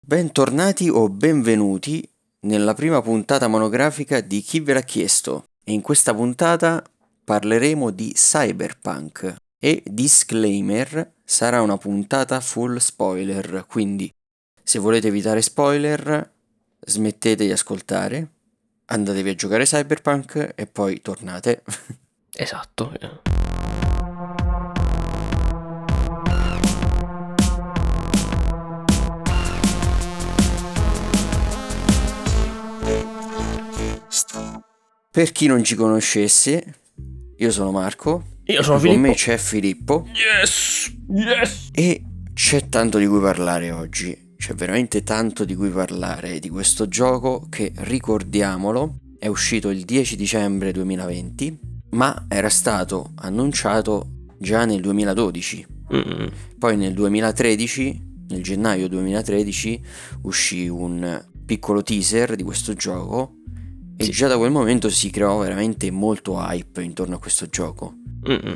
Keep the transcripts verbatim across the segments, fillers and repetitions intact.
Bentornati o benvenuti nella prima puntata monografica di Chi ve l'ha chiesto, e in questa puntata parleremo di Cyberpunk e disclaimer, sarà una puntata full spoiler, quindi se volete evitare spoiler smettete di ascoltare, andatevi a giocare Cyberpunk e poi tornate. Esatto. Per chi non ci conoscesse, io sono Marco. Io sono qui Filippo. Con me c'è Filippo. Yes, yes. E c'è tanto di cui parlare oggi. C'è veramente tanto di cui parlare di questo gioco che, ricordiamolo, è uscito il dieci dicembre duemilaventi, ma era stato annunciato già nel duemiladodici. Mm. Poi nel duemilatredici, nel gennaio duemilatredici, uscì un piccolo teaser di questo gioco. E Sì. già da quel momento si creò veramente molto hype intorno a questo gioco. Mm-mm.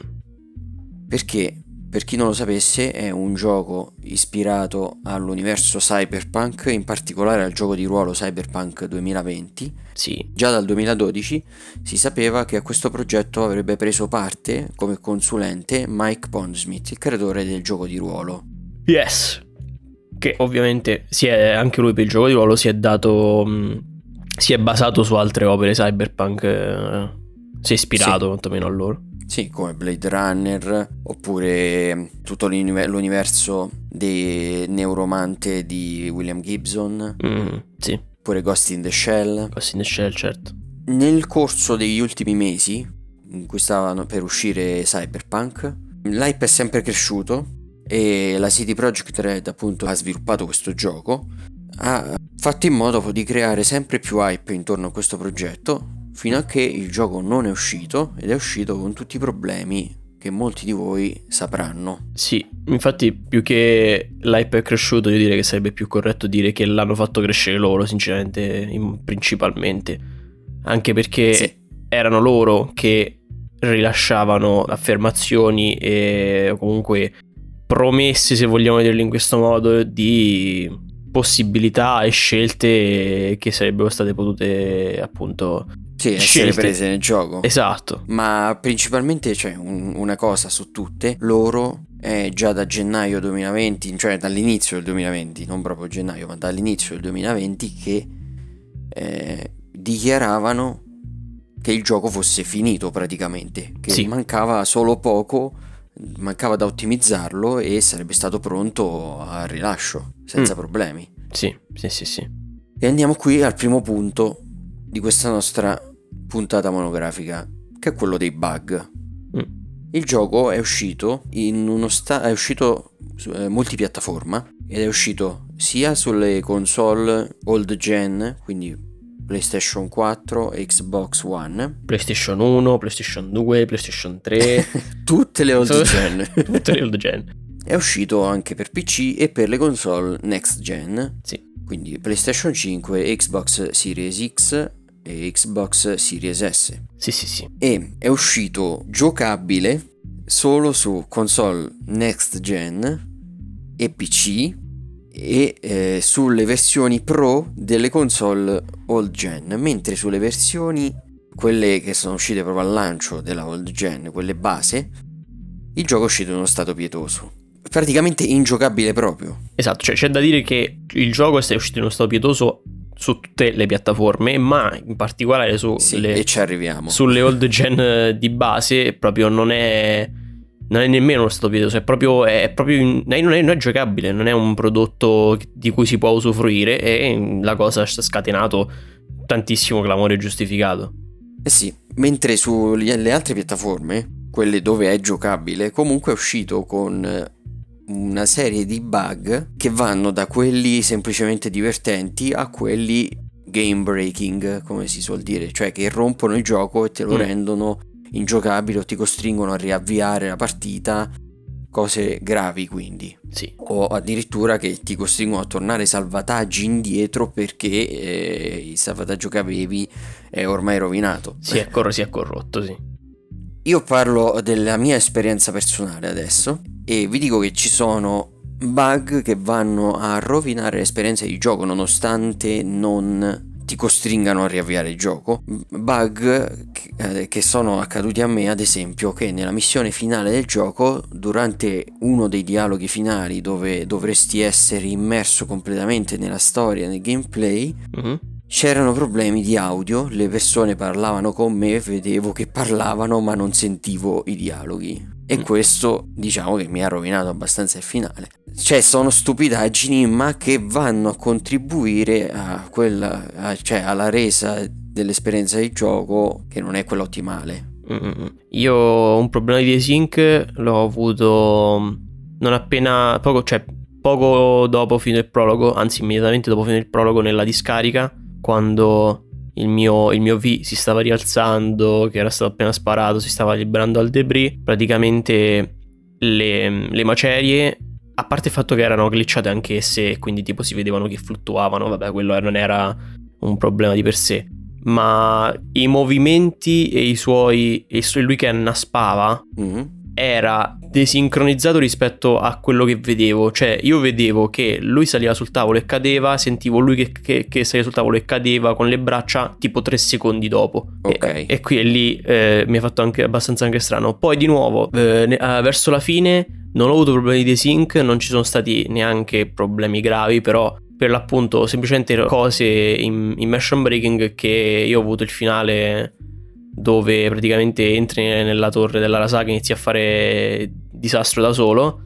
Perché, per chi non lo sapesse, è un gioco ispirato all'universo Cyberpunk, in particolare al gioco di ruolo Cyberpunk duemilaventi. Sì. Già dal duemiladodici si sapeva che a questo progetto avrebbe preso parte come consulente Mike Pondsmith, il creatore del gioco di ruolo. Yes. Che ovviamente si è, anche lui per il gioco di ruolo si è dato... Mh, si è basato su altre opere Cyberpunk, eh, si è ispirato Sì. quantomeno a loro. Sì, come Blade Runner, oppure tutto l'universo dei Neuromante di William Gibson, Mm, sì. oppure Ghost in the Shell. Ghost in the Shell, certo. Nel corso degli ultimi mesi, in cui stavano per uscire Cyberpunk, l'hype è sempre cresciuto e la C D Projekt Red, appunto, ha sviluppato questo gioco, ha fatto in modo di creare sempre più hype intorno a questo progetto, fino a che il gioco non è uscito, ed è uscito con tutti i problemi che molti di voi sapranno. Sì, infatti più che l'hype è cresciuto, io direi che sarebbe più corretto dire che l'hanno fatto crescere loro, sinceramente, in, principalmente. Anche perché Sì. erano loro che rilasciavano affermazioni e comunque promesse, se vogliamo dirlo in questo modo, di possibilità e scelte che sarebbero state potute, appunto, Sì, essere scelte. prese nel gioco. Esatto. Ma principalmente c'è un, una cosa su tutte: loro è già da gennaio duemilaventi, cioè dall'inizio del duemilaventi, non proprio gennaio, ma dall'inizio del duemilaventi, che eh, dichiaravano che il gioco fosse finito praticamente, che Sì. mancava solo poco, mancava da ottimizzarlo e sarebbe stato pronto al rilascio senza Mm. problemi. Sì, sì, sì, sì. E andiamo qui al primo punto di questa nostra puntata monografica, che è quello dei bug. Mm. Il gioco è uscito in uno sta- è uscito su, eh, multipiattaforma, ed è uscito sia sulle console old gen, quindi PlayStation quattro e Xbox One, PlayStation uno, PlayStation due, PlayStation tre, tutte le old gen. tutte le old gen. È uscito anche per P C e per le console next gen, Sì. quindi PlayStation cinque, Xbox Series X e Xbox Series S. Sì, sì, sì. E è uscito giocabile solo su console next gen e P C, e eh, sulle versioni pro delle console old gen, mentre sulle versioni, quelle che sono uscite proprio al lancio della old gen, quelle base, il gioco è uscito in uno stato pietoso, praticamente ingiocabile proprio. Esatto, cioè c'è da dire che il gioco è uscito in uno stato pietoso su tutte le piattaforme, ma in particolare su Sì, le, e ci arriviamo. sulle old gen di base proprio non è non è nemmeno uno stato pietoso, è proprio è proprio in, non, è, non è giocabile, non è un prodotto di cui si può usufruire, e la cosa ha scatenato tantissimo clamore giustificato. Eh sì, mentre sulle altre piattaforme, quelle dove è giocabile, comunque è uscito con una serie di bug che vanno da quelli semplicemente divertenti a quelli game breaking, come si suol dire, cioè che rompono il gioco e te lo mm. rendono ingiocabile o ti costringono a riavviare la partita, cose gravi quindi. Sì. O addirittura che ti costringono a tornare salvataggi indietro perché eh, il salvataggio che avevi è ormai rovinato. Si è, cor- si è corrotto, sì. Io parlo della mia esperienza personale adesso e vi dico che ci sono bug che vanno a rovinare l'esperienza di gioco nonostante non ti costringano a riavviare il gioco. Bug che, che sono accaduti a me, ad esempio, che nella missione finale del gioco, durante uno dei dialoghi finali dove dovresti essere immerso completamente nella storia, nel gameplay, uh-huh. c'erano problemi di audio, le persone parlavano con me, vedevo che parlavano ma non sentivo i dialoghi. E questo diciamo che mi ha rovinato abbastanza il finale. Cioè sono stupidaggini ma che vanno a contribuire a quella, a, cioè alla resa dell'esperienza di gioco che non è quella ottimale. Mm-hmm. Io un problema di desync l'ho avuto non appena poco, cioè poco dopo fine il prologo, anzi immediatamente dopo fine il prologo nella discarica, quando il mio, il mio V si stava rialzando, che era stato appena sparato, si stava liberando al debris. Praticamente le, le macerie, a parte il fatto che erano glitchate anch'esse, quindi tipo si vedevano che fluttuavano, vabbè, quello non era un problema di per sé, ma i movimenti e i suoi, e lui che annaspava mm-hmm. era desincronizzato rispetto a quello che vedevo. Cioè io vedevo che lui saliva sul tavolo e cadeva, sentivo lui che, che, che saliva sul tavolo e cadeva con le braccia tipo tre secondi dopo. Ok. E, e qui e lì eh, mi ha fatto anche abbastanza anche strano. Poi di nuovo eh, ne, eh, verso la fine non ho avuto problemi di desync, non ci sono stati neanche problemi gravi, però per l'appunto semplicemente cose in immersion breaking, che io ho avuto il finale dove praticamente entri nella torre dell'Arasaka e inizi a fare disastro da solo,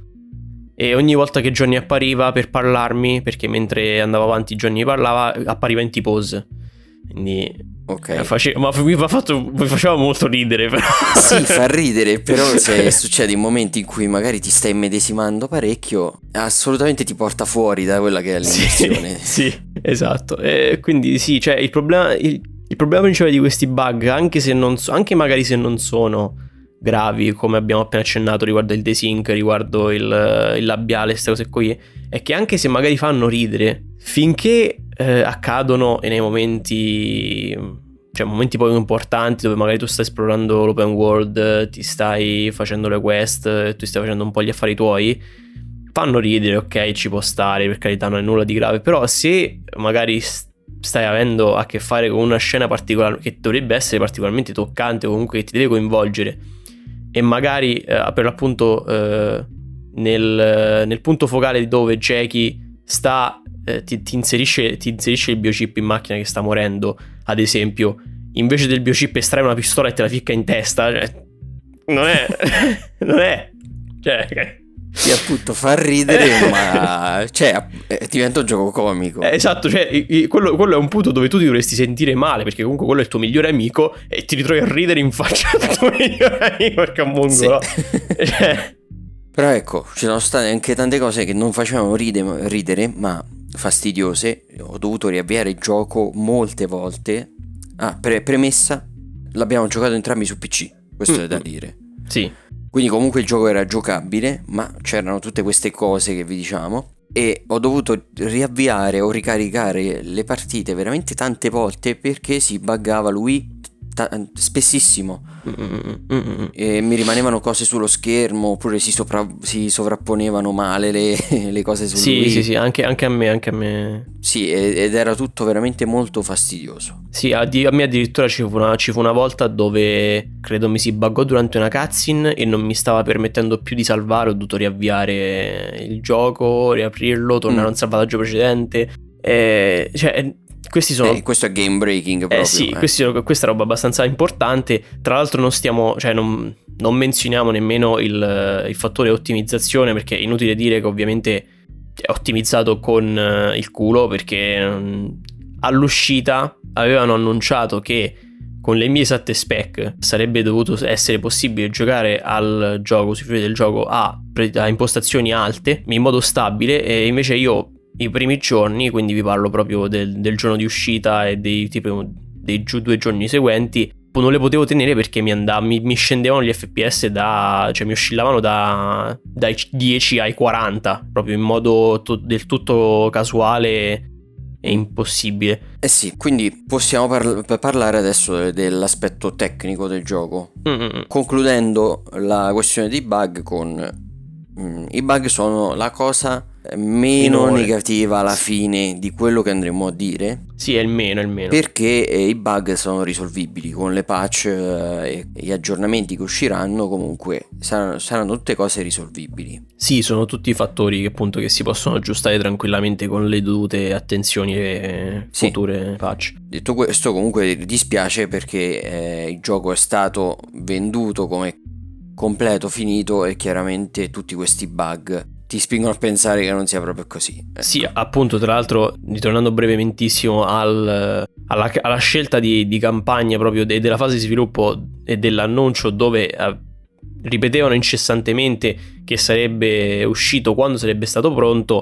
e ogni volta che Johnny appariva per parlarmi, perché mentre andavo avanti Johnny parlava, appariva in T-pose, quindi ok, face... ma mi, fatto... mi faceva molto ridere però. Sì, fa ridere, però se succede in momenti in cui magari ti stai immedesimando parecchio, assolutamente ti porta fuori da quella che è l'immersione. Sì, sì, esatto. E quindi sì, cioè il problema il... Il problema principale di questi bug, anche se non so, anche magari se non sono gravi, come abbiamo appena accennato riguardo il desync, riguardo il, il labiale, queste cose qui, è che anche se magari fanno ridere, finché eh, accadono e nei momenti, cioè momenti poi importanti dove magari tu stai esplorando l'open world, ti stai facendo le quest, tu stai facendo un po' gli affari tuoi, fanno ridere, ok, ci può stare, per carità, non è nulla di grave. Però se magari stai avendo a che fare con una scena particolare che dovrebbe essere particolarmente toccante o comunque che ti deve coinvolgere, e magari eh, per l'appunto eh, nel, nel punto focale dove Jackie sta eh, ti, ti, inserisce, ti inserisce il biochip in macchina che sta morendo, ad esempio, invece del biochip estrae una pistola e te la ficca in testa, cioè, non è non è cioè Sì, appunto, fa ridere, eh. ma cioè eh, diventa un gioco comico. Eh, esatto, cioè i, i, quello, quello è un punto dove tu ti dovresti sentire male, perché comunque quello è il tuo migliore amico e ti ritrovi a ridere in faccia del tuo migliore amico perché è un mongolo. Sì. Cioè. Però ecco, ci sono state anche tante cose che non facevano ride, ridere, ma fastidiose. Ho dovuto riavviare il gioco molte volte. Ah, pre- premessa, l'abbiamo giocato entrambi su P C, questo mm. è da dire. Sì. Quindi comunque il gioco era giocabile, ma c'erano tutte queste cose che vi diciamo, e ho dovuto riavviare o ricaricare le partite veramente tante volte perché si buggava lui ta- spessissimo. Mm-mm. E mi rimanevano cose sullo schermo, oppure si, sopra- si sovrapponevano male le, le cose su sì, lui. Sì, sì, anche, anche a me, anche a me. Sì, ed era tutto veramente molto fastidioso. Sì, a, di- a me addirittura ci fu, una, ci fu una volta dove credo mi si buggò durante una cutscene e non mi stava permettendo più di salvare, ho dovuto riavviare il gioco, riaprirlo, tornare mm. a un salvataggio precedente. E, cioè, questi sono... Eh, questo è game breaking proprio. Eh sì, eh. questi, questa è roba abbastanza importante. Tra l'altro non stiamo, cioè non, non menzioniamo nemmeno il, il fattore ottimizzazione, perché è inutile dire che ovviamente è ottimizzato con il culo, perché um, all'uscita avevano annunciato che con le mie esatte spec sarebbe dovuto essere possibile giocare al gioco, sui fili del gioco a, a impostazioni alte in modo stabile, e invece io i primi giorni, quindi vi parlo proprio del, del giorno di uscita e dei, tipo, dei giù due giorni seguenti, non le potevo tenere perché mi, andava, mi, mi scendevano gli F P S da, cioè mi oscillavano da, dai dieci ai quaranta, proprio in modo to, del tutto casuale e impossibile. Eh sì, quindi possiamo par- parlare adesso dell'aspetto tecnico del gioco. Mm-mm. Concludendo la questione dei bug con mm, i bug sono la cosa meno Minore. negativa alla fine di quello che andremo a dire, Sì, è il meno, è il meno. perché eh, i bug sono risolvibili con le patch eh, e gli aggiornamenti che usciranno. Comunque saranno, saranno tutte cose risolvibili. Sì, sono tutti fattori che appunto che si possono aggiustare tranquillamente con le dovute attenzioni e Sì. future patch. Detto questo, comunque dispiace perché eh, il gioco è stato venduto come completo, finito, e chiaramente tutti questi bug ti spingono a pensare che non sia proprio così. Ecco. Sì, appunto, tra l'altro, ritornando brevementissimo al, alla, alla scelta di, di campagna proprio de, della fase di sviluppo e dell'annuncio, dove eh, ripetevano incessantemente che sarebbe uscito quando sarebbe stato pronto,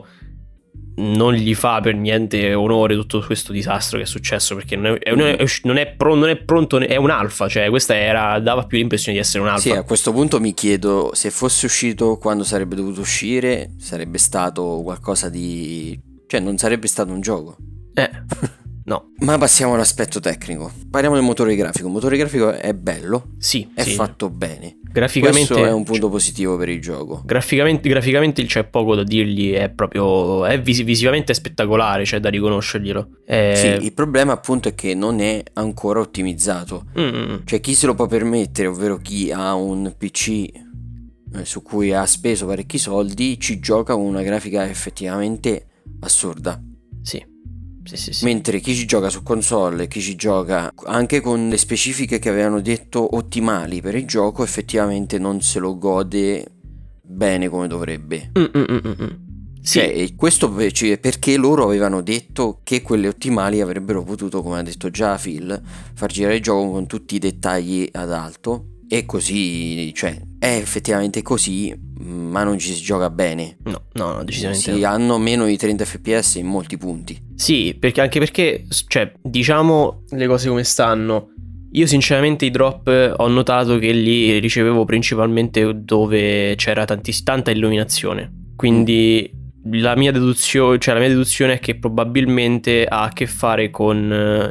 non gli fa per niente onore tutto questo disastro che è successo, perché non è, è, non è, non è, pronto, non è pronto, è un'alfa, cioè questa era, dava più l'impressione di essere un'alfa. Sì, a questo punto mi chiedo, se fosse uscito quando sarebbe dovuto uscire, sarebbe stato qualcosa di... cioè non sarebbe stato un gioco. Eh, no. Ma passiamo all'aspetto tecnico. Parliamo del motore grafico. Il motore grafico è bello, Sì, è sì. fatto bene. Graficamente Questo è un punto positivo per il gioco. Graficamente, graficamente c'è poco da dirgli, è proprio è vis- visivamente spettacolare, c'è da riconoscerglielo. È... Sì, il problema appunto è che non è ancora ottimizzato. Mm. Cioè chi se lo può permettere, ovvero chi ha un P C eh, su cui ha speso parecchi soldi, ci gioca con una grafica effettivamente assurda. Sì. Sì, sì, sì. Mentre chi ci gioca su console, chi ci gioca anche con le specifiche che avevano detto ottimali per il gioco, effettivamente non se lo gode bene come dovrebbe. Mm, mm, mm, mm. Sì. Cioè, questo perché loro avevano detto che quelle ottimali avrebbero potuto, come ha detto già Phil, far girare il gioco con tutti i dettagli ad alto, e così, cioè, è effettivamente così, ma non ci si gioca bene. No, no, no, decisamente Si no. hanno meno di trenta F P S in molti punti. Sì, perché anche perché, cioè, diciamo le cose come stanno. Io sinceramente i drop ho notato che li ricevevo principalmente dove c'era tantiss- tanta illuminazione. Quindi mm. la mia deduzione, cioè la mia deduzione è che probabilmente ha a che fare con eh,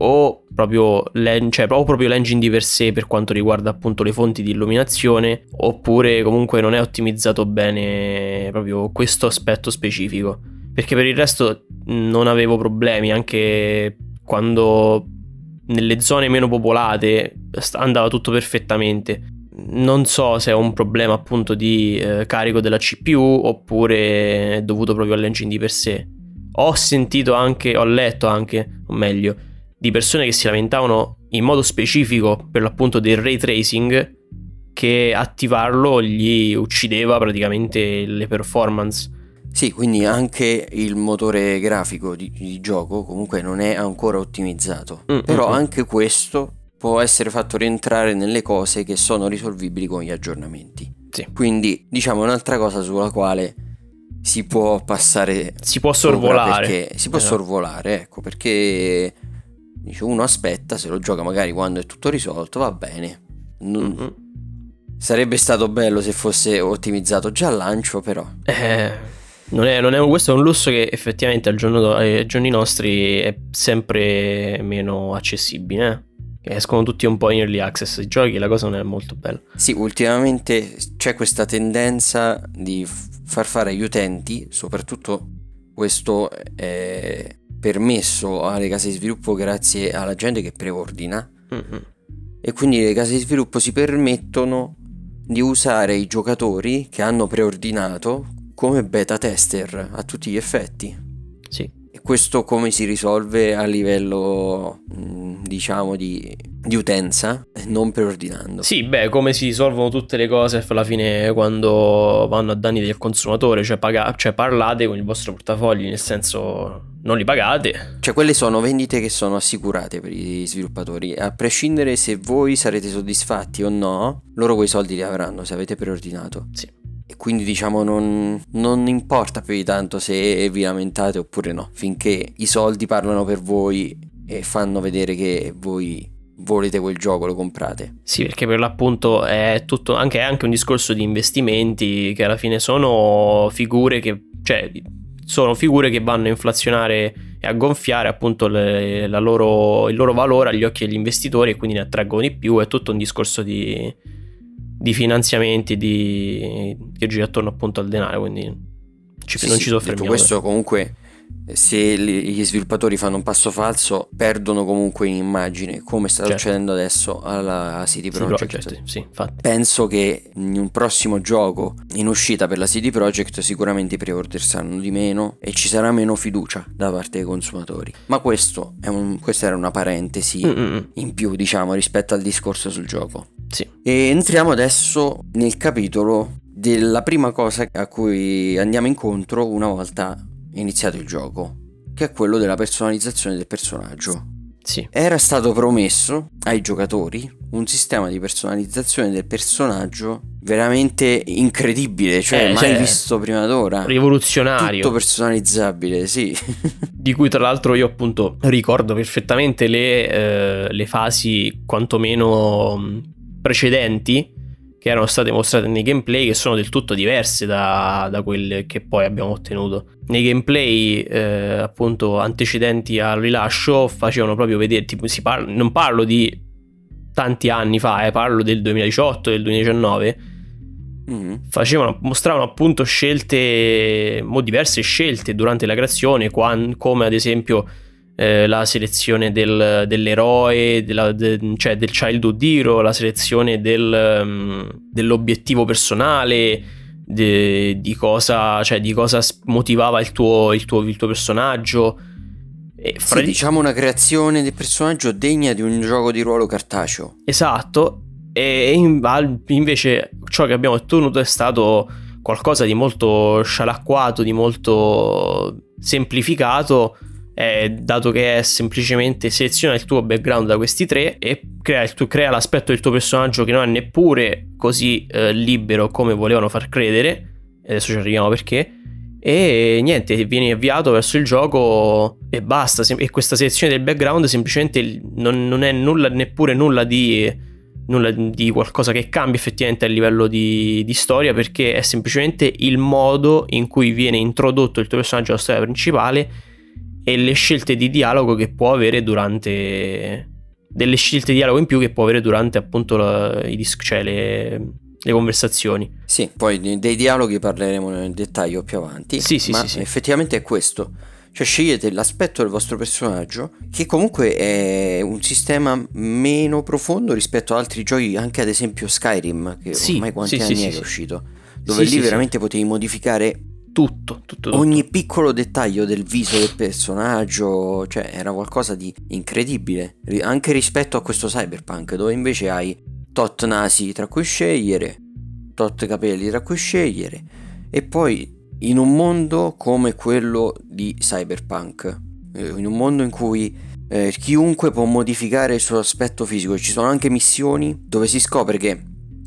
o proprio, l'en- cioè, o proprio l'engine di per sé per quanto riguarda appunto le fonti di illuminazione, oppure comunque non è ottimizzato bene proprio questo aspetto specifico. Perché per il resto non avevo problemi, anche quando nelle zone meno popolate andava tutto perfettamente. Non so se è un problema appunto di eh, carico della C P U oppure è dovuto proprio all'engine di per sé. Ho sentito anche, ho letto anche, o meglio, di persone che si lamentavano in modo specifico per l'appunto del ray tracing, che attivarlo gli uccideva praticamente le performance. Sì, quindi anche il motore grafico di, di gioco comunque non è ancora ottimizzato. Mm, Però mm, anche questo può essere fatto rientrare nelle cose che sono risolvibili con gli aggiornamenti. Sì. Quindi diciamo un'altra cosa sulla quale si può passare, si può sorvolare, perché si può esatto. sorvolare, ecco, perché dice, uno aspetta, se lo gioca magari quando è tutto risolto, va bene. Non... Mm-hmm. Sarebbe stato bello se fosse ottimizzato già al lancio, però eh... Non è, non è, questo è un lusso che effettivamente al giorno, ai giorni nostri è sempre meno accessibile, eh? Escono tutti un po' in early access i giochi e la cosa non è molto bella. Sì, ultimamente c'è questa tendenza di far fare agli utenti, soprattutto questo è permesso alle case di sviluppo grazie alla gente che preordina, mm-hmm. e quindi le case di sviluppo si permettono di usare i giocatori che hanno preordinato come beta tester a tutti gli effetti. Sì. E questo come si risolve a livello mh, diciamo di, di utenza, non preordinando? Sì, beh, come si risolvono tutte le cose alla fine quando vanno a danni del consumatore, cioè, paga- cioè parlate con il vostro portafogli, nel senso non li pagate. Cioè quelle sono vendite che sono assicurate per i sviluppatori, a prescindere se voi sarete soddisfatti o no, loro quei soldi li avranno se avete preordinato. Sì. E quindi diciamo non, non importa più di tanto se vi lamentate oppure no, finché i soldi parlano per voi e fanno vedere che voi volete quel gioco, lo comprate. Sì, perché per l'appunto è tutto anche, è anche un discorso di investimenti che alla fine sono figure che, cioè, sono figure che vanno a inflazionare e a gonfiare appunto le, la loro, il loro valore agli occhi degli investitori, e quindi ne attraggono di più. È tutto un discorso di di finanziamenti di, che gira attorno appunto al denaro, quindi ci, sì, non sì, ci soffermiamo. Detto questo, comunque, se gli sviluppatori fanno un passo falso, perdono comunque in immagine, come sta certo. succedendo adesso alla C D Projekt. Projekt sì, infatti. Penso che in un prossimo gioco in uscita per la C D Projekt sicuramente i pre-order saranno di meno e ci sarà meno fiducia da parte dei consumatori. Ma questo è un, questa era una parentesi Mm-mm. in più, diciamo, rispetto al discorso sul gioco. Sì. E entriamo adesso nel capitolo della prima cosa a cui andiamo incontro una volta iniziato il gioco, che è quello della personalizzazione del personaggio. Sì. Era stato promesso ai giocatori un sistema di personalizzazione del personaggio veramente incredibile, cioè eh, mai cioè, visto prima d'ora, rivoluzionario, tutto personalizzabile, sì. Di cui tra l'altro io appunto ricordo perfettamente le, eh, le fasi quantomeno precedenti che erano state mostrate nei gameplay, che sono del tutto diverse da, da quelle che poi abbiamo ottenuto. Nei gameplay eh, appunto antecedenti al rilascio facevano proprio vedere, tipo, si parla, non parlo di tanti anni fa, eh, parlo del duemiladiciotto, del duemiladiciannove, mm-hmm. facevano, mostravano appunto scelte, mo diverse scelte durante la creazione, quan, come ad esempio Eh, la selezione del, dell'eroe, della, de, cioè del childhood hero, la selezione del, um, dell'obiettivo personale, de, di cosa, cioè di cosa motivava il tuo, il tuo, il tuo personaggio. E fra... Sì, diciamo una creazione del personaggio degna di un gioco di ruolo cartaceo. Esatto. E in, invece ciò che abbiamo ottenuto è stato qualcosa di molto scialacquato, di molto semplificato. Eh, dato che è semplicemente seleziona il tuo background da questi tre e crea, il tuo, crea l'aspetto del tuo personaggio che non è neppure così eh, libero come volevano far credere, e adesso ci arriviamo perché, e niente, vieni avviato verso il gioco e basta. E questa selezione del background semplicemente non, non è nulla, neppure nulla di, nulla di qualcosa che cambia effettivamente a livello di, di storia, perché è semplicemente il modo in cui viene introdotto il tuo personaggio alla storia principale e le scelte di dialogo che può avere durante delle scelte di dialogo in più che può avere durante appunto la, i disc, cioè le, le conversazioni. Sì, poi dei dialoghi parleremo nel dettaglio più avanti. Sì, sì, ma sì, sì. effettivamente è questo. Cioè scegliete l'aspetto del vostro personaggio, che comunque è un sistema meno profondo rispetto ad altri giochi, anche ad esempio Skyrim, che sì, ormai quanti sì, anni sì, è sì, che è uscito, dove sì, lì sì, veramente sì. potevi modificare tutto, tutto, tutto. Ogni piccolo dettaglio del viso del personaggio, cioè era qualcosa di incredibile, anche rispetto a questo Cyberpunk, dove invece hai tot nasi tra cui scegliere, tot capelli tra cui scegliere, e poi in un mondo come quello di Cyberpunk, in un mondo in cui eh, chiunque può modificare il suo aspetto fisico, ci sono anche missioni dove si scopre che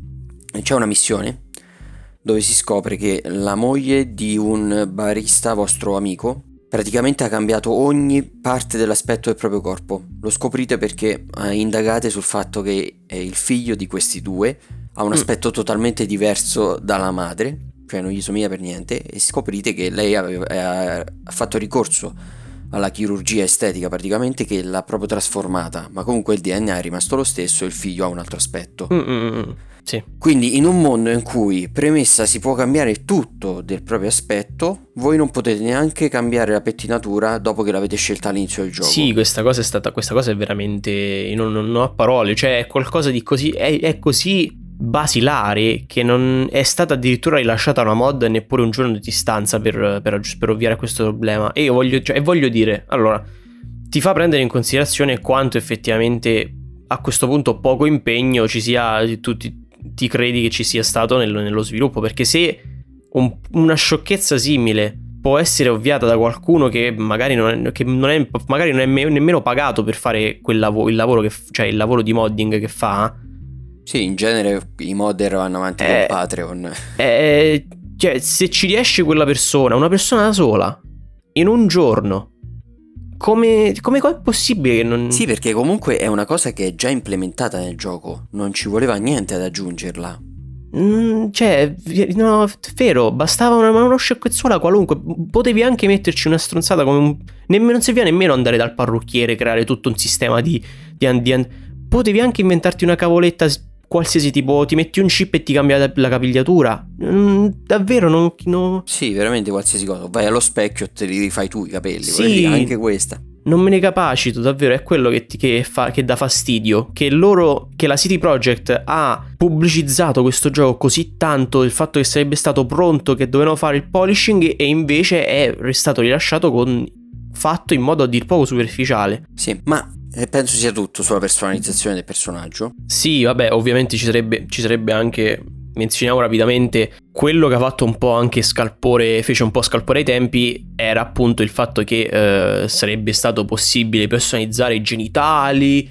c'è una missione dove si scopre che la moglie di un barista vostro amico praticamente ha cambiato ogni parte dell'aspetto del proprio corpo. Lo scoprite perché indagate sul fatto che il figlio di questi due ha un aspetto mm. totalmente diverso dalla madre, cioè non gli somiglia per niente, e scoprite che lei aveva, ha fatto ricorso alla chirurgia estetica praticamente, che l'ha proprio trasformata, ma comunque il D N A è rimasto lo stesso e il figlio ha un altro aspetto. Mm-mm. Sì. Quindi in un mondo in cui premessa si può cambiare tutto del proprio aspetto, voi non potete neanche cambiare la pettinatura dopo che l'avete scelta all'inizio del gioco. Sì, questa cosa è stata, questa cosa è veramente, non, non ho parole, cioè è qualcosa di così, è, è così basilare che non è stata addirittura rilasciata una mod neppure un giorno di distanza per, per, per ovviare a questo problema. E io voglio, cioè, voglio dire, allora, ti fa prendere in considerazione quanto effettivamente a questo punto poco impegno ci sia, tutti ti credi che ci sia stato nel, nello sviluppo, perché se un, una sciocchezza simile può essere ovviata da qualcuno che magari non è, che non è, magari non è me, nemmeno pagato per fare quel lavoro, il lavoro che, cioè il lavoro di modding che fa. Sì, in genere i modder vanno avanti eh, con Patreon. Eh, cioè, se ci riesce quella persona, una persona da sola, in un giorno, Come, come è possibile che non... Sì, perché comunque è una cosa che è già implementata nel gioco, non ci voleva niente ad aggiungerla. Mm, cioè, no, vero, bastava una, una sciocchezzuola qualunque. Potevi anche metterci una stronzata come un... Nemmeno, non serviva nemmeno andare dal parrucchiere, creare tutto un sistema di, di, di... Potevi anche inventarti una cavoletta qualsiasi tipo, ti metti un chip e ti cambia la, la capigliatura. Mm, davvero non, no. Sì, veramente qualsiasi cosa. Vai allo specchio e te li rifai tu i capelli. Sì. Dire, anche questa. Non me ne capacito, davvero, è quello che, ti, che, fa, che dà fastidio. Che loro, che la C D Projekt ha pubblicizzato questo gioco così tanto, il fatto che sarebbe stato pronto, che dovevano fare il polishing, e invece è stato rilasciato con fatto in modo a dir poco superficiale. Sì, ma eh, penso sia tutto sulla personalizzazione del personaggio. Sì, vabbè, ovviamente ci sarebbe, ci sarebbe anche... Menzioniamo rapidamente quello che ha fatto un po' anche scalpore, fece un po' scalpore ai tempi, era appunto il fatto che eh, sarebbe stato possibile personalizzare i genitali,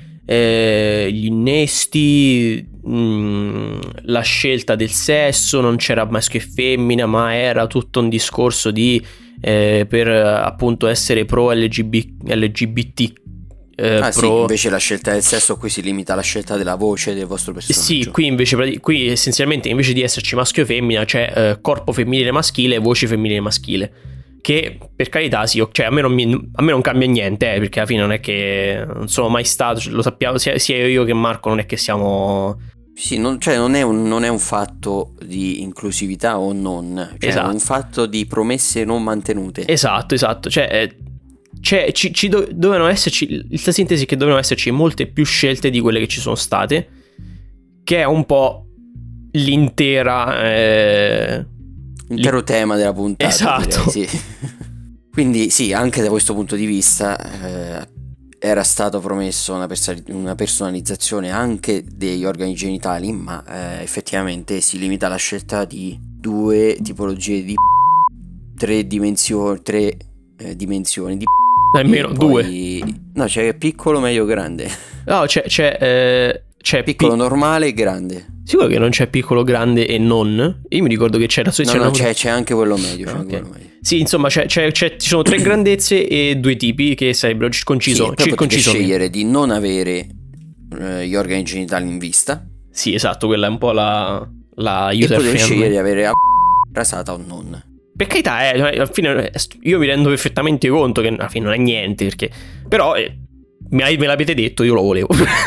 eh, gli innesti, mh, la scelta del sesso, non c'era maschio e femmina, ma era tutto un discorso di eh, per appunto essere pro L G B T. Eh, ah pro... sì, invece la scelta del sesso qui si limita alla scelta della voce del vostro personaggio. Sì, qui invece qui essenzialmente invece di esserci maschio e femmina c'è eh, corpo femminile maschile e voce femminile maschile. Che per carità sì, cioè a me non, mi, a me non cambia niente, eh, perché alla fine non è che non sono mai stato, lo sappiamo, sia, sia io che Marco non è che siamo... Sì, non, cioè non è, un, non è un fatto di inclusività o non, cioè esatto. È un fatto di promesse non mantenute. Esatto, esatto, cioè... Eh, Cioè, ci, ci do, dovevano esserci, la sintesi è che dovevano esserci molte più scelte di quelle che ci sono state, che è un po' l'intera... Eh, L'intero li... tema della puntata. Esatto. Direi, sì. Quindi sì, anche da questo punto di vista eh, era stato promesso una, persa- una personalizzazione anche degli organi genitali, ma eh, effettivamente si limita alla scelta di due tipologie di tre dimensioni, tre eh, dimensioni di almeno poi... due. No, c'è piccolo, medio, grande. No, c'è c'è, eh, c'è piccolo, pi... normale e grande. Sicuro che non c'è piccolo, grande e non? Io mi ricordo che c'era... No, no, c'è, c'è anche quello medio, c'è okay. anche quello medio. Sì, insomma, c'è, c'è, c'è, ci sono tre grandezze e due tipi che sarebbero circonciso. Sì, poi circonciso potete scegliere di non avere eh, gli organi genitali in vista. Sì, esatto, quella è un po' la, la user e potete friendly. scegliere di avere a rasata o non. Per carità, eh, alla fine io mi rendo perfettamente conto che alla fine non è niente, perché... Però eh, me, me l'avete detto, io lo volevo.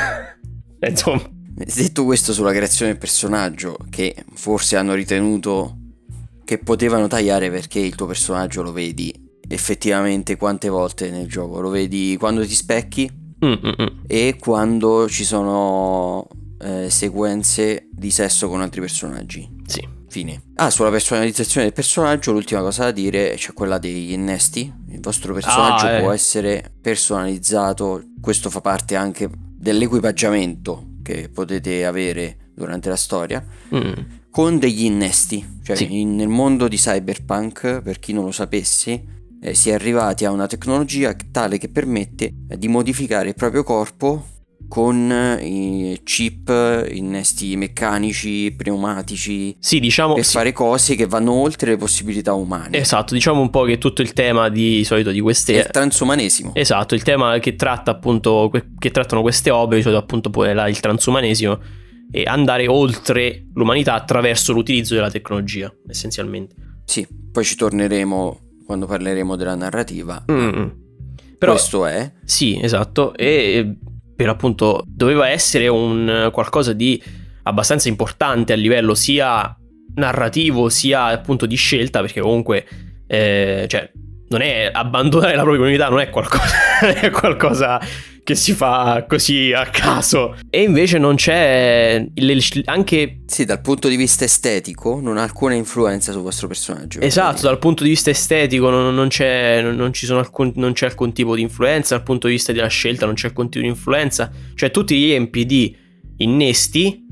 Insomma. Detto questo sulla creazione del personaggio, che forse hanno ritenuto che potevano tagliare perché il tuo personaggio lo vedi effettivamente quante volte nel gioco. Lo vedi quando ti specchi Mm-mm. e quando ci sono eh, sequenze di sesso con altri personaggi. Sì. Fine. Ah, sulla personalizzazione del personaggio l'ultima cosa da dire c'è quella degli innesti. Il vostro personaggio ah, può eh. essere personalizzato. Questo fa parte anche dell'equipaggiamento che potete avere durante la storia mm. con degli innesti. Cioè sì. in, nel mondo di Cyberpunk, per chi non lo sapesse, eh, si è arrivati a una tecnologia tale che permette eh, di modificare il proprio corpo con i chip, innesti meccanici, pneumatici, sì, diciamo, per sì. fare cose che vanno oltre le possibilità umane. Esatto, diciamo un po' che tutto il tema di solito di queste... È il transumanesimo. Esatto, il tema che tratta appunto, che trattano queste opere, di solito appunto poi è il transumanesimo, e andare oltre l'umanità attraverso l'utilizzo della tecnologia, essenzialmente. Sì, poi ci torneremo quando parleremo della narrativa. Mm. Però, questo è... Sì, esatto, e... per appunto doveva essere un qualcosa di abbastanza importante a livello sia narrativo sia appunto di scelta, perché comunque eh, cioè non è abbandonare la propria comunità, non è qualcosa è qualcosa che si fa così a caso, e invece non c'è le, anche sì, dal punto di vista estetico non ha alcuna influenza sul vostro personaggio. Esatto, dal punto di vista estetico non, non c'è non ci sono alcun, non c'è alcun tipo di influenza, dal punto di vista della scelta non c'è alcun tipo di influenza, cioè tu ti riempi di innesti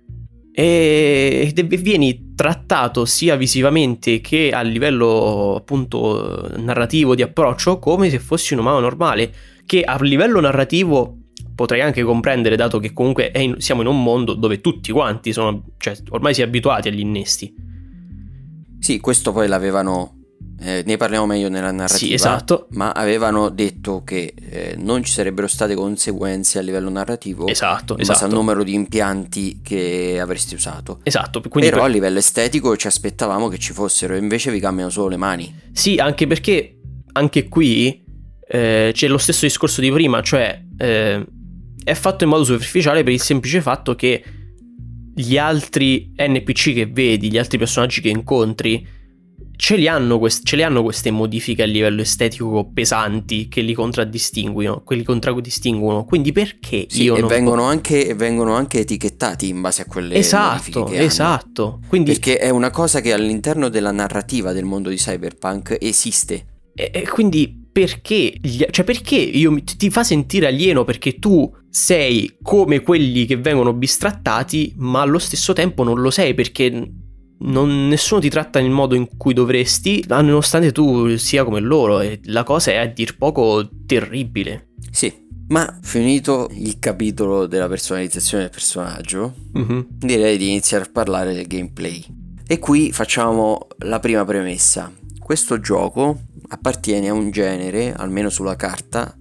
e vieni trattato sia visivamente che a livello appunto narrativo di approccio come se fossi un umano normale, che a livello narrativo potrei anche comprendere, dato che comunque è in, siamo in un mondo dove tutti quanti sono, cioè ormai si è abituati agli innesti. Sì, questo poi l'avevano, eh, ne parliamo meglio nella narrativa. Sì, esatto. Ma avevano detto che eh, non ci sarebbero state conseguenze a livello narrativo. Esatto, in esatto. base al numero di impianti che avresti usato. Esatto. Quindi però per... a livello estetico ci aspettavamo che ci fossero, invece vi cambiano solo le mani. Sì, anche perché anche qui eh, c'è lo stesso discorso di prima, cioè eh, è fatto in modo superficiale per il semplice fatto che gli altri N P C che vedi, gli altri personaggi che incontri, ce li hanno, quest- ce le hanno queste modifiche a livello estetico pesanti che li contraddistinguono, quelli contraddistinguono. Quindi perché sì, io e non vengono po- anche, vengono anche etichettati in base a quelle Esatto, modifiche che esatto. hanno. Quindi Perché è una cosa che all'interno della narrativa del mondo di Cyberpunk esiste. E, e quindi perché, gli- cioè perché io mi- ti fa sentire alieno perché tu sei come quelli che vengono bistrattati, ma allo stesso tempo non lo sei perché non, nessuno ti tratta nel modo in cui dovresti, nonostante tu sia come loro, e la cosa è a dir poco terribile. Sì, ma finito il capitolo della personalizzazione del personaggio, Mm-hmm. direi di iniziare a parlare del gameplay. E qui facciamo la prima premessa. Questo gioco appartiene a un genere, almeno sulla carta,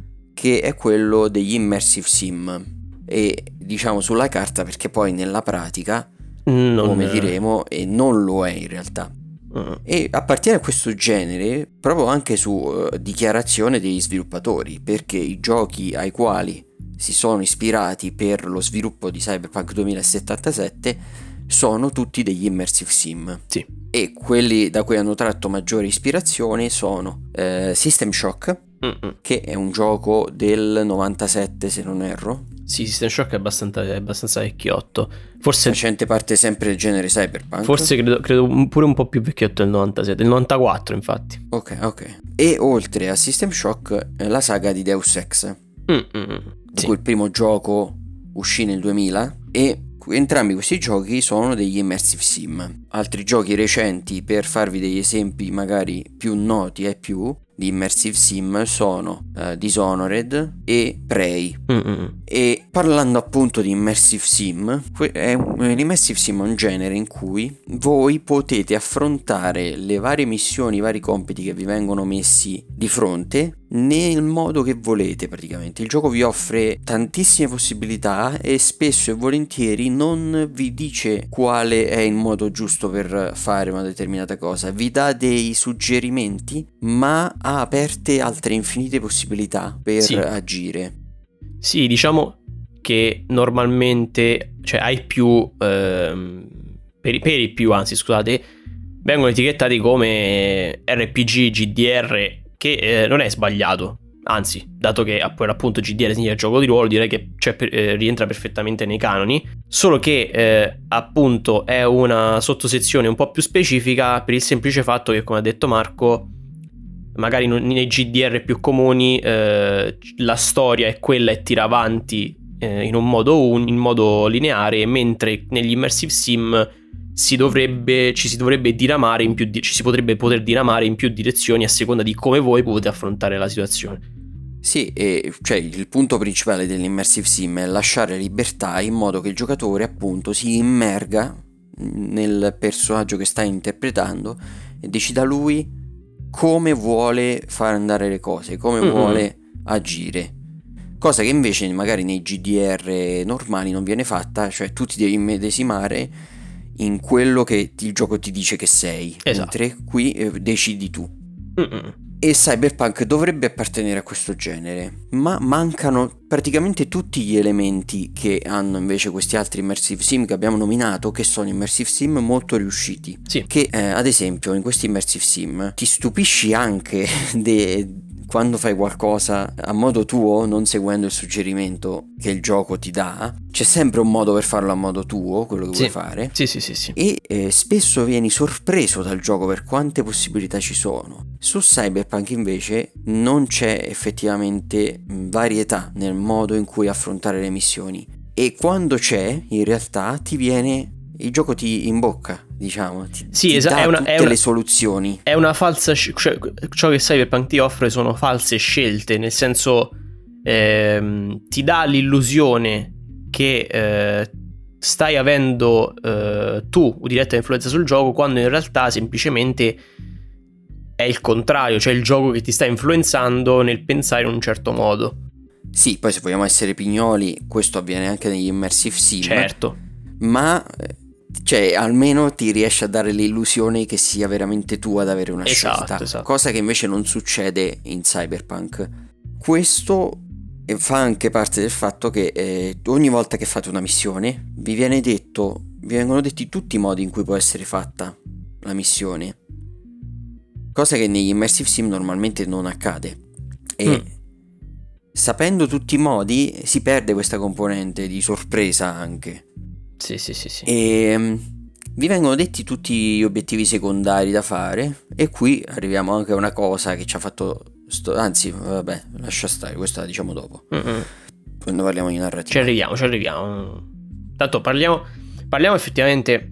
che è quello degli immersive sim. E diciamo sulla carta perché poi nella pratica, Non... come diremo, e non lo è in realtà. Uh. E appartiene a questo genere proprio anche su uh, dichiarazione degli sviluppatori, perché i giochi ai quali si sono ispirati per lo sviluppo di Cyberpunk duemilasettantasette sono tutti degli immersive sim. Sì. E quelli da cui hanno tratto maggiore ispirazione sono uh, System Shock, Mm-mm. che è un gioco del novantasette se non erro. Sì, System Shock è abbastanza, è abbastanza vecchiotto. Forse, facente parte sempre del genere Cyberpunk. forse credo, credo pure un po' più vecchiotto del novantasette, del novantaquattro infatti. Ok, ok. E oltre a System Shock, eh, la saga di Deus Ex, Mm-mm. di Sì. cui il primo gioco uscì nel duemila, e entrambi questi giochi sono degli immersive sim. Altri giochi recenti, per farvi degli esempi magari più noti e più di immersive sim, sono uh, Dishonored e Prey. Mm-mm. E parlando appunto di immersive sim, que- è un, l'immersive sim è un genere in cui voi potete affrontare le varie missioni, i vari compiti che vi vengono messi di fronte nel modo che volete praticamente. Il gioco vi offre tantissime possibilità e spesso e volentieri non vi dice quale è il modo giusto per fare una determinata cosa, vi dà dei suggerimenti ma ha aperte altre infinite possibilità per Sì. agire. Sì, diciamo che normalmente, cioè ai più, ehm, per, i- per i più, anzi scusate, vengono etichettati come R P G, G D R, che eh, non è sbagliato. Anzi, dato che per appunto G D R significa gioco di ruolo, direi che cioè, per, eh, rientra perfettamente nei canoni. Solo che eh, appunto è una sottosezione un po' più specifica per il semplice fatto che, come ha detto Marco, magari non- nei G D R più comuni eh, la storia è quella e tira avanti eh, in un modo un, in modo lineare, mentre negli immersive sim si dovrebbe, ci si dovrebbe diramare in più di, ci si potrebbe poter diramare in più direzioni a seconda di come voi potete affrontare la situazione. Sì, e cioè il punto principale dell'immersive sim è lasciare libertà in modo che il giocatore appunto si immerga nel personaggio che sta interpretando e decida lui come vuole far andare le cose, come Mm-mm. vuole agire. Cosa che invece magari nei G D R normali non viene fatta, cioè tu ti devi immedesimare in quello che il gioco ti dice che sei, Esatto. mentre qui eh, decidi tu. Mm-mm. E Cyberpunk dovrebbe appartenere a questo genere, ma mancano praticamente tutti gli elementi che hanno invece questi altri immersive sim che abbiamo nominato, che sono immersive sim molto riusciti. Sì. Che eh, ad esempio in questi immersive sim ti stupisci anche de- quando fai qualcosa a modo tuo, non seguendo il suggerimento che il gioco ti dà. C'è sempre un modo per farlo a modo tuo, quello che Sì. vuoi fare. Sì, sì, sì, sì. E eh, spesso vieni sorpreso dal gioco per quante possibilità ci sono. Su Cyberpunk invece non c'è effettivamente mh, varietà nel modo in cui affrontare le missioni, e quando c'è in realtà ti viene, il gioco ti imbocca, diciamo, ti, Sì, ti esa- dà è una- tutte è una- le soluzioni. È una falsa sc- cioè, ciò che Cyberpunk ti offre sono false scelte, nel senso ehm, ti dà l'illusione che eh, stai avendo eh, tu diretta influenza sul gioco, quando in realtà semplicemente è il contrario, cioè il gioco che ti sta influenzando nel pensare in un certo modo. Sì, poi se vogliamo essere pignoli, questo avviene anche negli immersive sim, Certo. ma eh, cioè almeno ti riesce a dare l'illusione che sia veramente tu ad avere una Esatto, scelta, esatto. cosa che invece non succede in Cyberpunk. Questo e fa anche parte del fatto che eh, ogni volta che fate una missione vi viene detto, vi vengono detti tutti i modi in cui può essere fatta la missione, cosa che negli immersive sim normalmente non accade. E mm. sapendo tutti i modi si perde questa componente di sorpresa anche. Sì, sì, sì, sì. E um, vi vengono detti tutti gli obiettivi secondari da fare, e qui arriviamo anche a una cosa che ci ha fatto sto... anzi vabbè, lascia stare, questa la diciamo dopo. Mm-mm. Quando parliamo di narrativa. Ci arriviamo, ci arriviamo. Tanto parliamo parliamo effettivamente,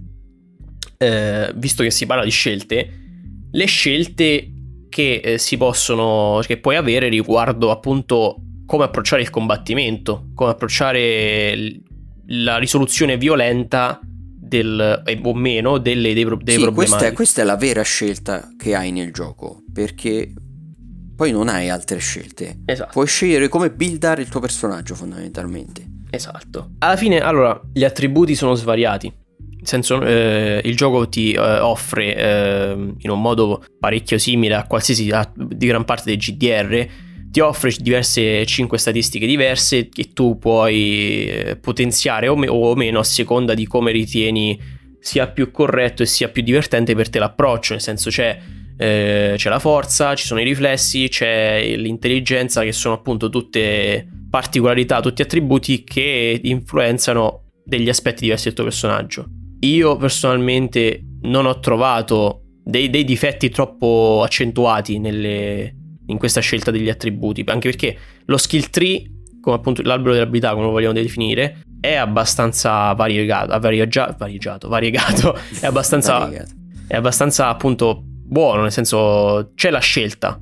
eh, visto che si parla di scelte, le scelte che eh, si possono, che puoi avere riguardo appunto come approcciare il combattimento, come approcciare l- la risoluzione violenta del, eh, o meno delle, dei, pro- dei sì, problemi. Questa è, questa è la vera scelta che hai nel gioco, perché poi non hai altre scelte. Esatto. Puoi scegliere come buildare il tuo personaggio fondamentalmente. Esatto. Alla fine, allora, gli attributi sono svariati. Nel senso, eh, il gioco ti eh, offre eh, in un modo parecchio simile a qualsiasi a, di gran parte dei G D R, ti offre diverse cinque statistiche diverse che tu puoi eh, potenziare o, me- o meno a seconda di come ritieni sia più corretto e sia più divertente per te l'approccio. Nel senso, c'è eh, c'è la forza, ci sono i riflessi, c'è l'intelligenza, che sono appunto tutte particolarità, tutti attributi che influenzano degli aspetti diversi del tuo personaggio. Io personalmente non ho trovato dei, dei difetti troppo accentuati nelle, in questa scelta degli attributi, anche perché lo skill tree, come appunto l'albero delle abilità, come lo vogliamo definire, è abbastanza variegato, variegia, variegato, variegato, è abbastanza, variegato. È abbastanza appunto buono, nel senso c'è la scelta.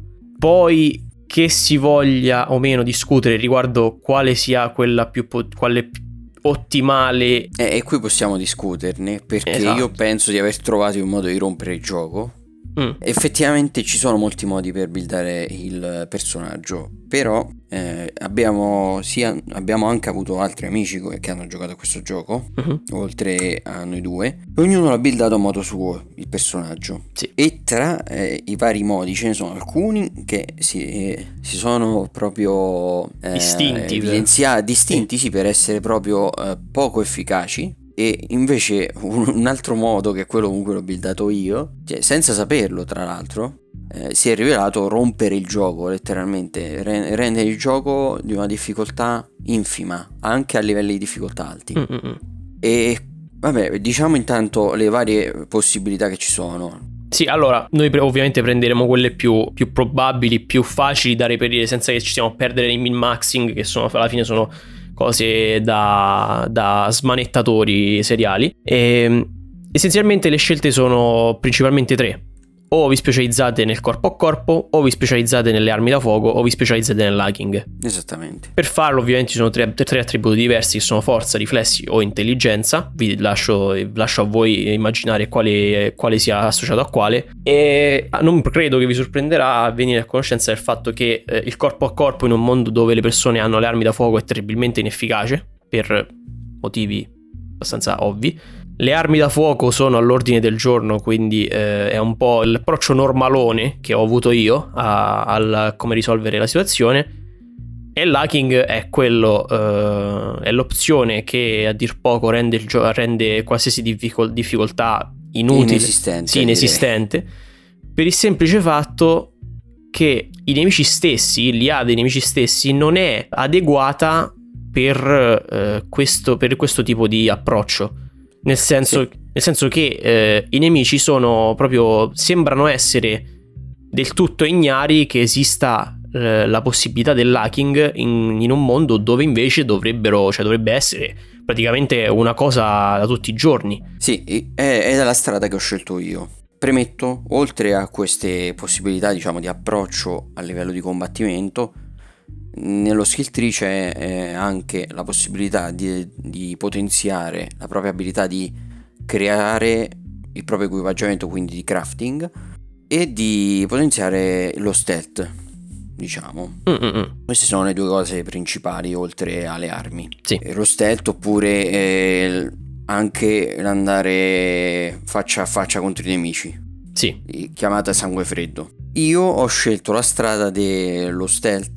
Poi che si voglia o meno discutere riguardo quale sia quella più po- quale più ottimale, eh, e qui possiamo discuterne, perché esatto. Io penso di aver trovato un modo di rompere il gioco. Mm. Effettivamente ci sono molti modi per buildare il personaggio, però eh, abbiamo, sia, abbiamo anche avuto altri amici che hanno giocato a questo gioco, uh-huh. oltre a noi due. Ognuno l'ha buildato a modo suo il personaggio, sì. E tra eh, i vari modi ce ne sono alcuni che si, eh, si sono proprio eh, distinti, evidenziati, distinti sì. Sì, per essere proprio eh, poco efficaci. E invece un altro modo, che è quello comunque l'ho buildato io, cioè senza saperlo tra l'altro, eh, si è rivelato rompere il gioco, letteralmente re- rendere il gioco di una difficoltà infima anche a livelli di difficoltà alti. Mm-mm. E vabbè, diciamo intanto le varie possibilità che ci sono. Sì, allora noi pre- ovviamente prenderemo quelle più, più probabili, più facili da reperire, senza che ci stiamo a perdere nei min-maxing, che sono alla fine sono cose da, da smanettatori seriali. E essenzialmente le scelte sono principalmente tre: o vi specializzate nel corpo a corpo, o vi specializzate nelle armi da fuoco, o vi specializzate nell'hacking. Esattamente. Per farlo ovviamente ci sono tre, tre attributi diversi, che sono forza, riflessi o intelligenza. Vi lascio, lascio a voi immaginare quale, quale sia associato a quale. E non credo che vi sorprenderà venire a conoscenza del fatto che eh, il corpo a corpo in un mondo dove le persone hanno le armi da fuoco è terribilmente inefficace, per motivi abbastanza ovvi. Le armi da fuoco sono all'ordine del giorno, quindi eh, è un po' l'approccio normalone che ho avuto io a, a come risolvere la situazione. E l'hacking è quello, eh, è l'opzione che a dir poco rende, il gio- rende qualsiasi difficol- difficoltà inutile, inesistente, sì, inesistente, per il semplice fatto che i nemici stessi, l'I A dei nemici stessi non è adeguata per, eh, questo, per questo tipo di approccio. Nel senso, sì. nel senso che eh, i nemici sono proprio, sembrano essere del tutto ignari che esista eh, la possibilità dell'hacking in, in un mondo dove invece dovrebbero, cioè dovrebbe essere praticamente una cosa da tutti i giorni. Sì, è, è la strada che ho scelto io. Premetto, oltre a queste possibilità, diciamo, di approccio a livello di combattimento, nello skill tree c'è eh, anche la possibilità di, di potenziare la propria abilità di creare il proprio equipaggiamento, quindi di crafting, e di potenziare lo stealth, diciamo. Mm-mm. Queste sono le due cose principali oltre alle armi. Sì. E lo stealth, oppure eh, anche l'andare faccia a faccia contro i nemici. Sì. Chiamata sangue freddo. Io ho scelto la strada dello stealth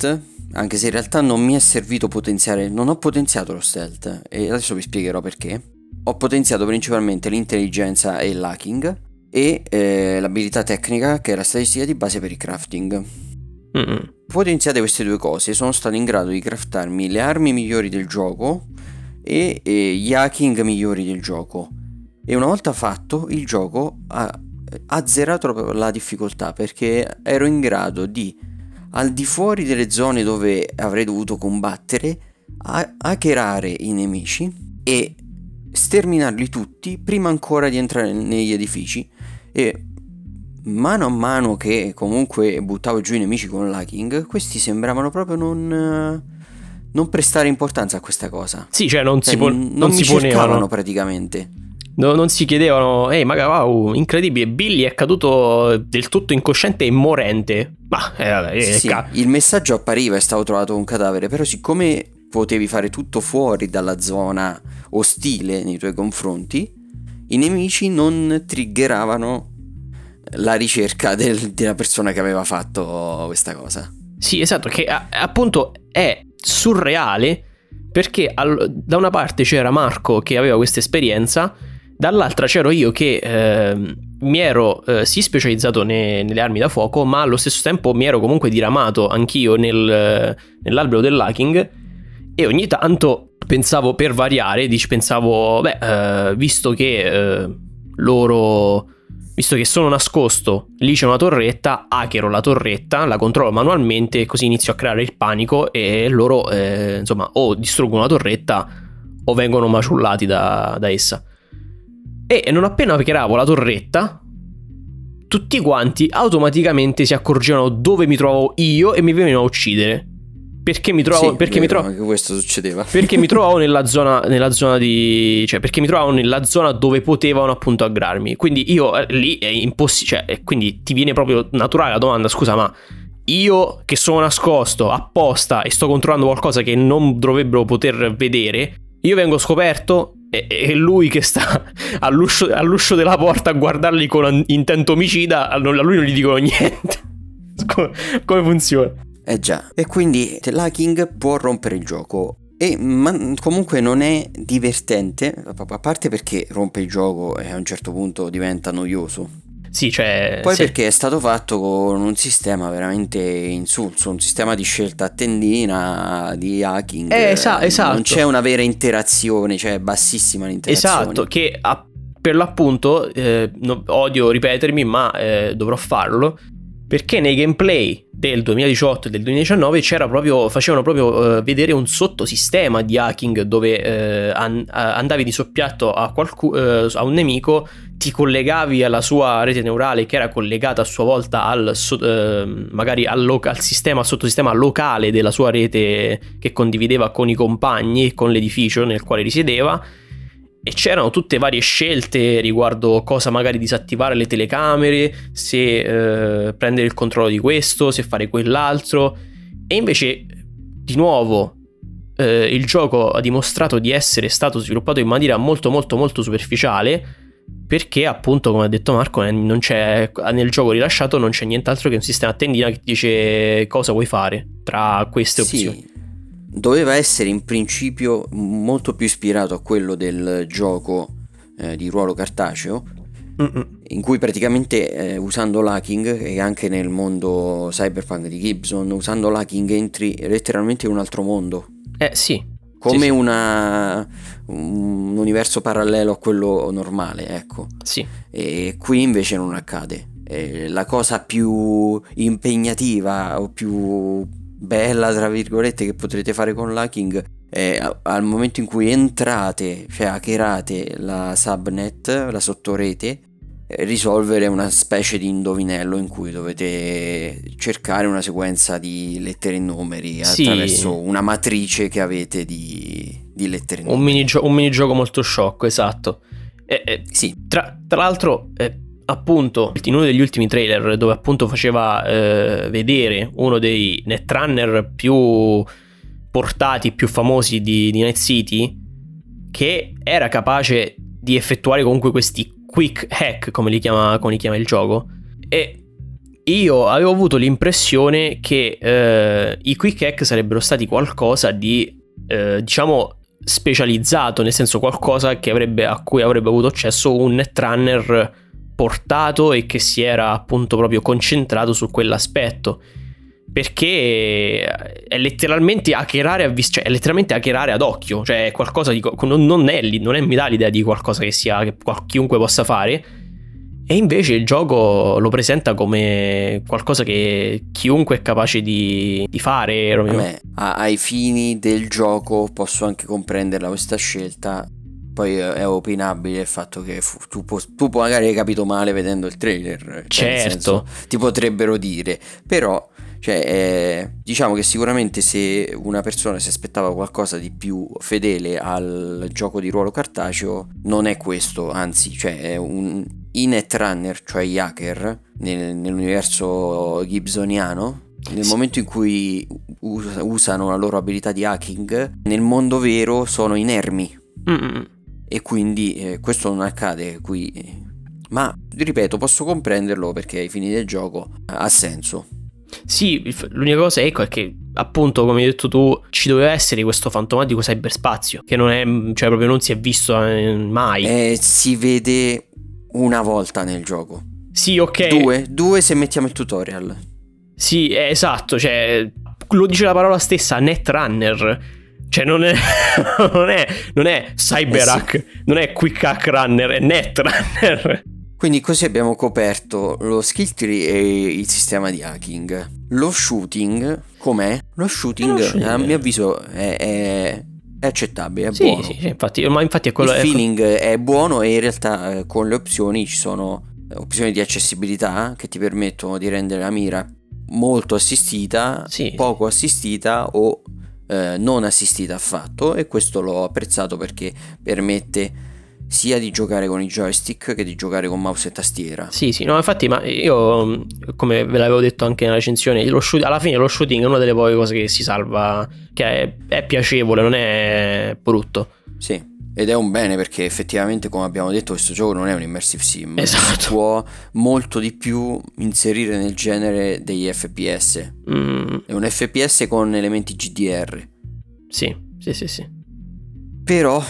anche se in realtà non mi è servito potenziare, non ho potenziato lo stealth e adesso vi spiegherò perché. Ho potenziato principalmente l'intelligenza e l'hacking e eh, l'abilità tecnica, che è la statistica di base per il crafting. Mm-mm. Potenziate queste due cose, sono stato in grado di craftarmi le armi migliori del gioco e, e gli hacking migliori del gioco. E una volta fatto, il gioco ha azzerato proprio la difficoltà, perché ero in grado di, al di fuori delle zone dove avrei dovuto combattere, a- hackerare i nemici e sterminarli tutti prima ancora di entrare negli edifici. E mano a mano che comunque buttavo giù i nemici con l'hacking, questi sembravano proprio non, non prestare importanza a questa cosa. Sì, cioè non cioè, si, po- non, non mi si cercavano ponevano praticamente. No, non si chiedevano, ehi, magari, wow, incredibile, Billy è caduto del tutto incosciente e morente. Ma, eh, vabbè, eh, sì, ca- il messaggio appariva, è stato trovato un cadavere, però siccome potevi fare tutto fuori dalla zona ostile nei tuoi confronti, i nemici non triggeravano la ricerca del, della persona che aveva fatto questa cosa. Sì, esatto, che a- appunto è surreale, perché al- da una parte c'era Marco che aveva questa esperienza, dall'altra c'ero io che eh, mi ero eh, sì specializzato ne- nelle armi da fuoco, ma allo stesso tempo mi ero comunque diramato anch'io nel, nell'albero dell'hacking, e ogni tanto pensavo, per variare, dici, pensavo, beh, eh, visto che eh, loro... Visto che sono nascosto, lì c'è una torretta, hackero la torretta, la controllo manualmente, così inizio a creare il panico e loro, eh, insomma, o distruggono la torretta o vengono maciullati da, da essa. E non appena hackeravo la torretta, tutti quanti automaticamente si accorgevano dove mi trovavo io e mi venivano a uccidere. Perché mi trovavo, sì, perché vero, mi trovavo, anche questo succedeva. Perché mi trovavo nella zona, nella zona di, cioè perché mi trovavo nella zona dove potevano appunto aggrarmi. Quindi io eh, lì è impossibile, cioè, quindi ti viene proprio naturale la domanda: scusa, ma io che sono nascosto apposta e sto controllando qualcosa che non dovrebbero poter vedere, io vengo scoperto e, e lui che sta all'uscio, all'uscio della porta a guardarli con intento omicida, a lui non gli dicono niente. come, come funziona? Eh già, e quindi l'hacking può rompere il gioco, e ma comunque non è divertente, a parte perché rompe il gioco e a un certo punto diventa noioso. Sì, cioè... Poi sì. Perché è stato fatto con un sistema veramente insulso, un sistema di scelta a tendina, di hacking. Eh, esa- esatto. Non c'è una vera interazione, cioè è bassissima l'interazione. Esatto, che a, per l'appunto, eh, no, odio ripetermi, ma eh, dovrò farlo, perché nei gameplay del duemiladiciotto e del duemiladiciannove c'era proprio, facevano proprio uh, vedere un sottosistema di hacking dove uh, an- andavi di soppiatto a, qualcu- uh, a un nemico, ti collegavi alla sua rete neurale che era collegata a sua volta al so- uh, magari al, lo- al sistema, al sottosistema locale della sua rete che condivideva con i compagni e con l'edificio nel quale risiedeva. E c'erano tutte varie scelte riguardo cosa magari disattivare le telecamere, se eh, prendere il controllo di questo, se fare quell'altro. E invece, di nuovo, eh, il gioco ha dimostrato di essere stato sviluppato in maniera molto molto molto superficiale, perché appunto, come ha detto Marco, non c'è, nel gioco rilasciato non c'è nient'altro che un sistema a tendina che ti dice cosa vuoi fare tra queste opzioni. Sì. Doveva essere in principio molto più ispirato a quello del gioco eh, di ruolo cartaceo, Mm-mm. in cui praticamente eh, usando l'hacking, e anche nel mondo cyberpunk di Gibson, usando l'hacking entri letteralmente in un altro mondo. Eh sì. Come sì, sì. Una, un universo parallelo a quello normale, ecco. Sì. E qui invece non accade. E la cosa più impegnativa o più bella, tra virgolette, che potrete fare con l'hacking è al momento in cui entrate, cioè hackerate la subnet, la sottorete, risolvere una specie di indovinello in cui dovete cercare una sequenza di lettere e numeri sì. attraverso una matrice che avete di, di lettere e numeri. Un minigioco, un minigioco molto sciocco, esatto. E, e, sì. Tra, tra l'altro... Eh, appunto in uno degli ultimi trailer, dove appunto faceva eh, vedere uno dei netrunner più portati, più famosi di, di Night City, che era capace di effettuare comunque questi quick hack, come li chiama, come li chiama il gioco, e io avevo avuto l'impressione che eh, i quick hack sarebbero stati qualcosa di, eh, diciamo, specializzato, nel senso qualcosa che avrebbe, a cui avrebbe avuto accesso un netrunner portato e che si era appunto proprio concentrato su quell'aspetto, perché è letteralmente hackerare a vis- cioè è letteralmente hackerare ad occhio, cioè è qualcosa di non, non è lì, non è, mi dà l'idea di qualcosa che sia che chiunque possa fare, e invece il gioco lo presenta come qualcosa che chiunque è capace di, di fare. Vabbè, ai fini del gioco posso anche comprenderla questa scelta. Poi è opinabile il fatto che fu, tu, tu magari hai capito male vedendo il trailer. Certo. Cioè, nel senso, ti potrebbero dire. Però, cioè, eh, diciamo che sicuramente se una persona si aspettava qualcosa di più fedele al gioco di ruolo cartaceo, non è questo. Anzi, cioè, è un, i netrunner, cioè gli hacker, nel, nell'universo gibsoniano, nel momento in cui us- usano la loro abilità di hacking, nel mondo vero sono inermi. Mm-mm. E quindi eh, questo non accade qui, ma ripeto, posso comprenderlo perché ai fini del gioco ha senso. Sì, l'unica cosa ecco è che appunto, come hai detto tu, ci doveva essere questo fantomatico cyberspazio che non è, cioè proprio non si è visto eh, mai. Eh, si vede una volta nel gioco. Sì, ok. Due, due se mettiamo il tutorial. Sì, è esatto, cioè lo dice la parola stessa, netrunner. Cioè non è, non è, non è cyberhack, eh sì. Non è quick hack runner, è netrunner. Quindi così abbiamo coperto lo skill tree e il sistema di hacking. Lo shooting, com'è? Lo shooting, lo shooting. A mio avviso è, è, è accettabile, è sì, buono. Sì, sì, infatti, ma infatti è quello. Il è... feeling è buono e in realtà eh, con le opzioni ci sono opzioni di accessibilità che ti permettono di rendere la mira molto assistita, sì. Poco assistita o Eh, non assistita affatto, e questo l'ho apprezzato perché permette sia di giocare con i joystick che di giocare con mouse e tastiera. Sì, sì, no, infatti, ma io, come ve l'avevo detto anche nella recensione, lo shoot, alla fine lo shooting è una delle poche cose che si salva, che è, è piacevole, non è brutto. Sì. Ed è un bene perché effettivamente, come abbiamo detto, questo gioco non è un immersive sim. Esatto. Si può molto di più inserire nel genere degli F P S. Mm. È un F P S con elementi G D R. Sì, sì, sì, sì. Però,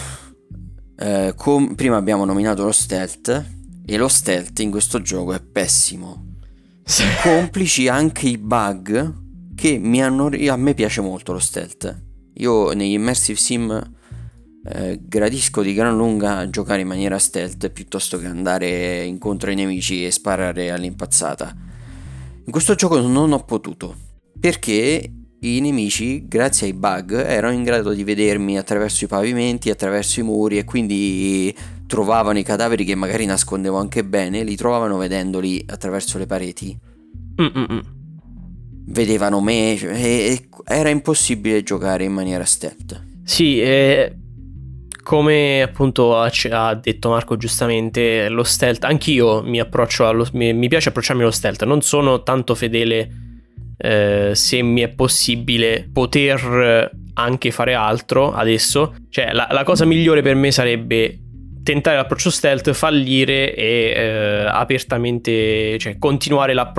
eh, com- prima abbiamo nominato lo stealth, e lo stealth in questo gioco è pessimo. Sì. Complici anche i bug che mi hanno... A me piace molto lo stealth. Io negli immersive sim... Eh, gradisco di gran lunga giocare in maniera stealth piuttosto che andare incontro ai nemici e sparare all'impazzata. In questo gioco non ho potuto perché i nemici, grazie ai bug, erano in grado di vedermi attraverso i pavimenti, attraverso i muri, e quindi trovavano i cadaveri che magari nascondevo anche bene, li trovavano vedendoli attraverso le pareti. Mm-mm. Vedevano me e era impossibile giocare in maniera stealth. Sì, eh... come appunto ha detto Marco giustamente, lo stealth, anch'io mi approccio allo, mi, mi piace approcciarmi allo stealth, non sono tanto fedele eh, se mi è possibile poter anche fare altro adesso, cioè la, la cosa migliore per me sarebbe tentare l'approccio stealth, fallire e eh, apertamente, cioè continuare la,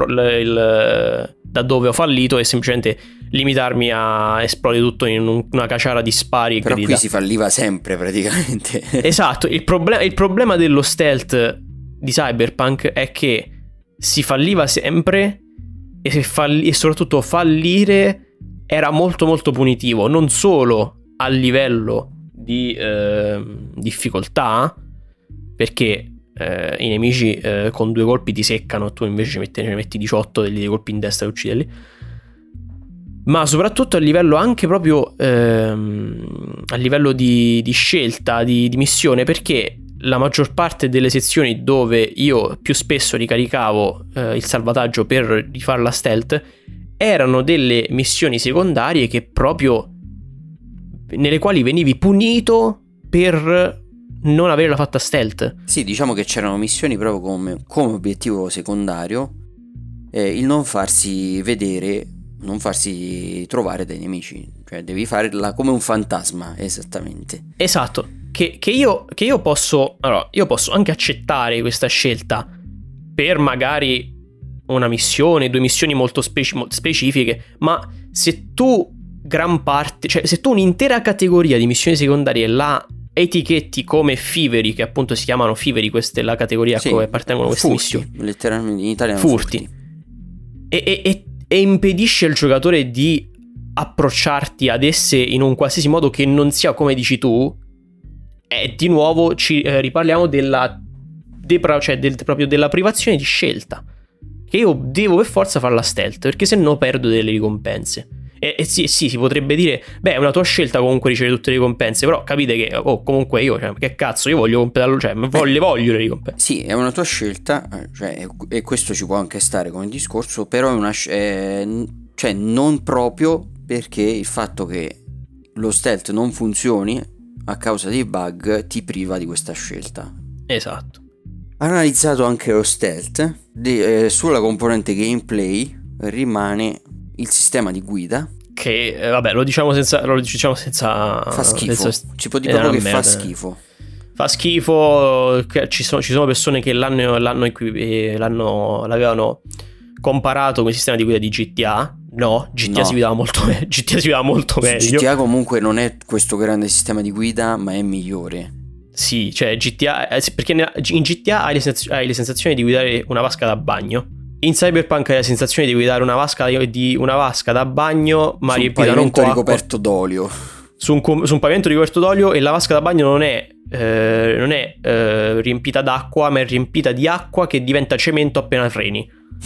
il, da dove ho fallito e semplicemente limitarmi a esplodere tutto in un, una caciara di spari. Però grida. Qui si falliva sempre praticamente. Esatto, il, proble- il problema dello stealth di Cyberpunk è che si falliva sempre e, se falli- e soprattutto fallire era molto molto punitivo, non solo a livello di eh, difficoltà, perché eh, i nemici eh, con due colpi ti seccano, tu invece ci metti, ne metti diciotto degli colpi in destra e ucciderli, ma soprattutto a livello anche proprio ehm, a livello di, di scelta, di, di missione, perché la maggior parte delle sezioni dove io più spesso ricaricavo eh, il salvataggio per rifare la stealth erano delle missioni secondarie che proprio nelle quali venivi punito per non averla fatta stealth. Sì, diciamo che c'erano missioni proprio come, come obiettivo secondario eh, il non farsi vedere, non farsi trovare dai nemici, cioè devi farla come un fantasma, esattamente. Esatto, che, che, io, che io posso, allora, io posso anche accettare questa scelta per magari una missione, due missioni molto speci- molto specifiche, ma se tu gran parte, cioè se tu un'intera categoria di missioni secondarie la etichetti come fiveri, che appunto si chiamano fiveri, questa è la categoria a Sì, cui appartengono queste furti, missioni, letteralmente in italiano furti, furti. E, e, e, e impedisce al giocatore di approcciarti ad esse in un qualsiasi modo che non sia come dici tu, e di nuovo ci eh, riparliamo della depra- cioè del, proprio della privazione di scelta, che io devo per forza fare la stealth, perché se no perdo delle ricompense. E, e sì, sì, si potrebbe dire, beh, è una tua scelta comunque ricevere tutte le ricompense, però capite che, oh, comunque io, cioè, che cazzo, io voglio completarlo, cioè, voglio, le voglio le ricompense. Sì, è una tua scelta, cioè, e questo ci può anche stare come discorso, però è una eh, cioè non proprio, perché il fatto che lo stealth non funzioni a causa dei bug ti priva di questa scelta. Esatto. Analizzato anche lo stealth, de, eh, sulla componente gameplay rimane il sistema di guida, che eh, vabbè, lo diciamo senza lo diciamo senza fa schifo, senza, si può dire proprio che merda. fa schifo. Fa schifo, ci sono, ci sono persone che l'hanno, l'hanno, l'hanno l'avevano comparato con il sistema di guida di G T A. No, G T A No. si guidava molto meglio. G T A si guidava molto meglio. G T A comunque non è questo grande sistema di guida, ma è migliore. Sì, cioè G T A, perché in G T A hai le, sensaz- hai le sensazioni di guidare una vasca da bagno. In Cyberpunk hai la sensazione di guidare una vasca, di una vasca da bagno, ma riempita non con acqua, ricoperto d'olio. Su un, su un pavimento ricoperto d'olio, e la vasca da bagno non è, eh, non è eh, riempita d'acqua, ma è riempita di acqua che diventa cemento appena freni.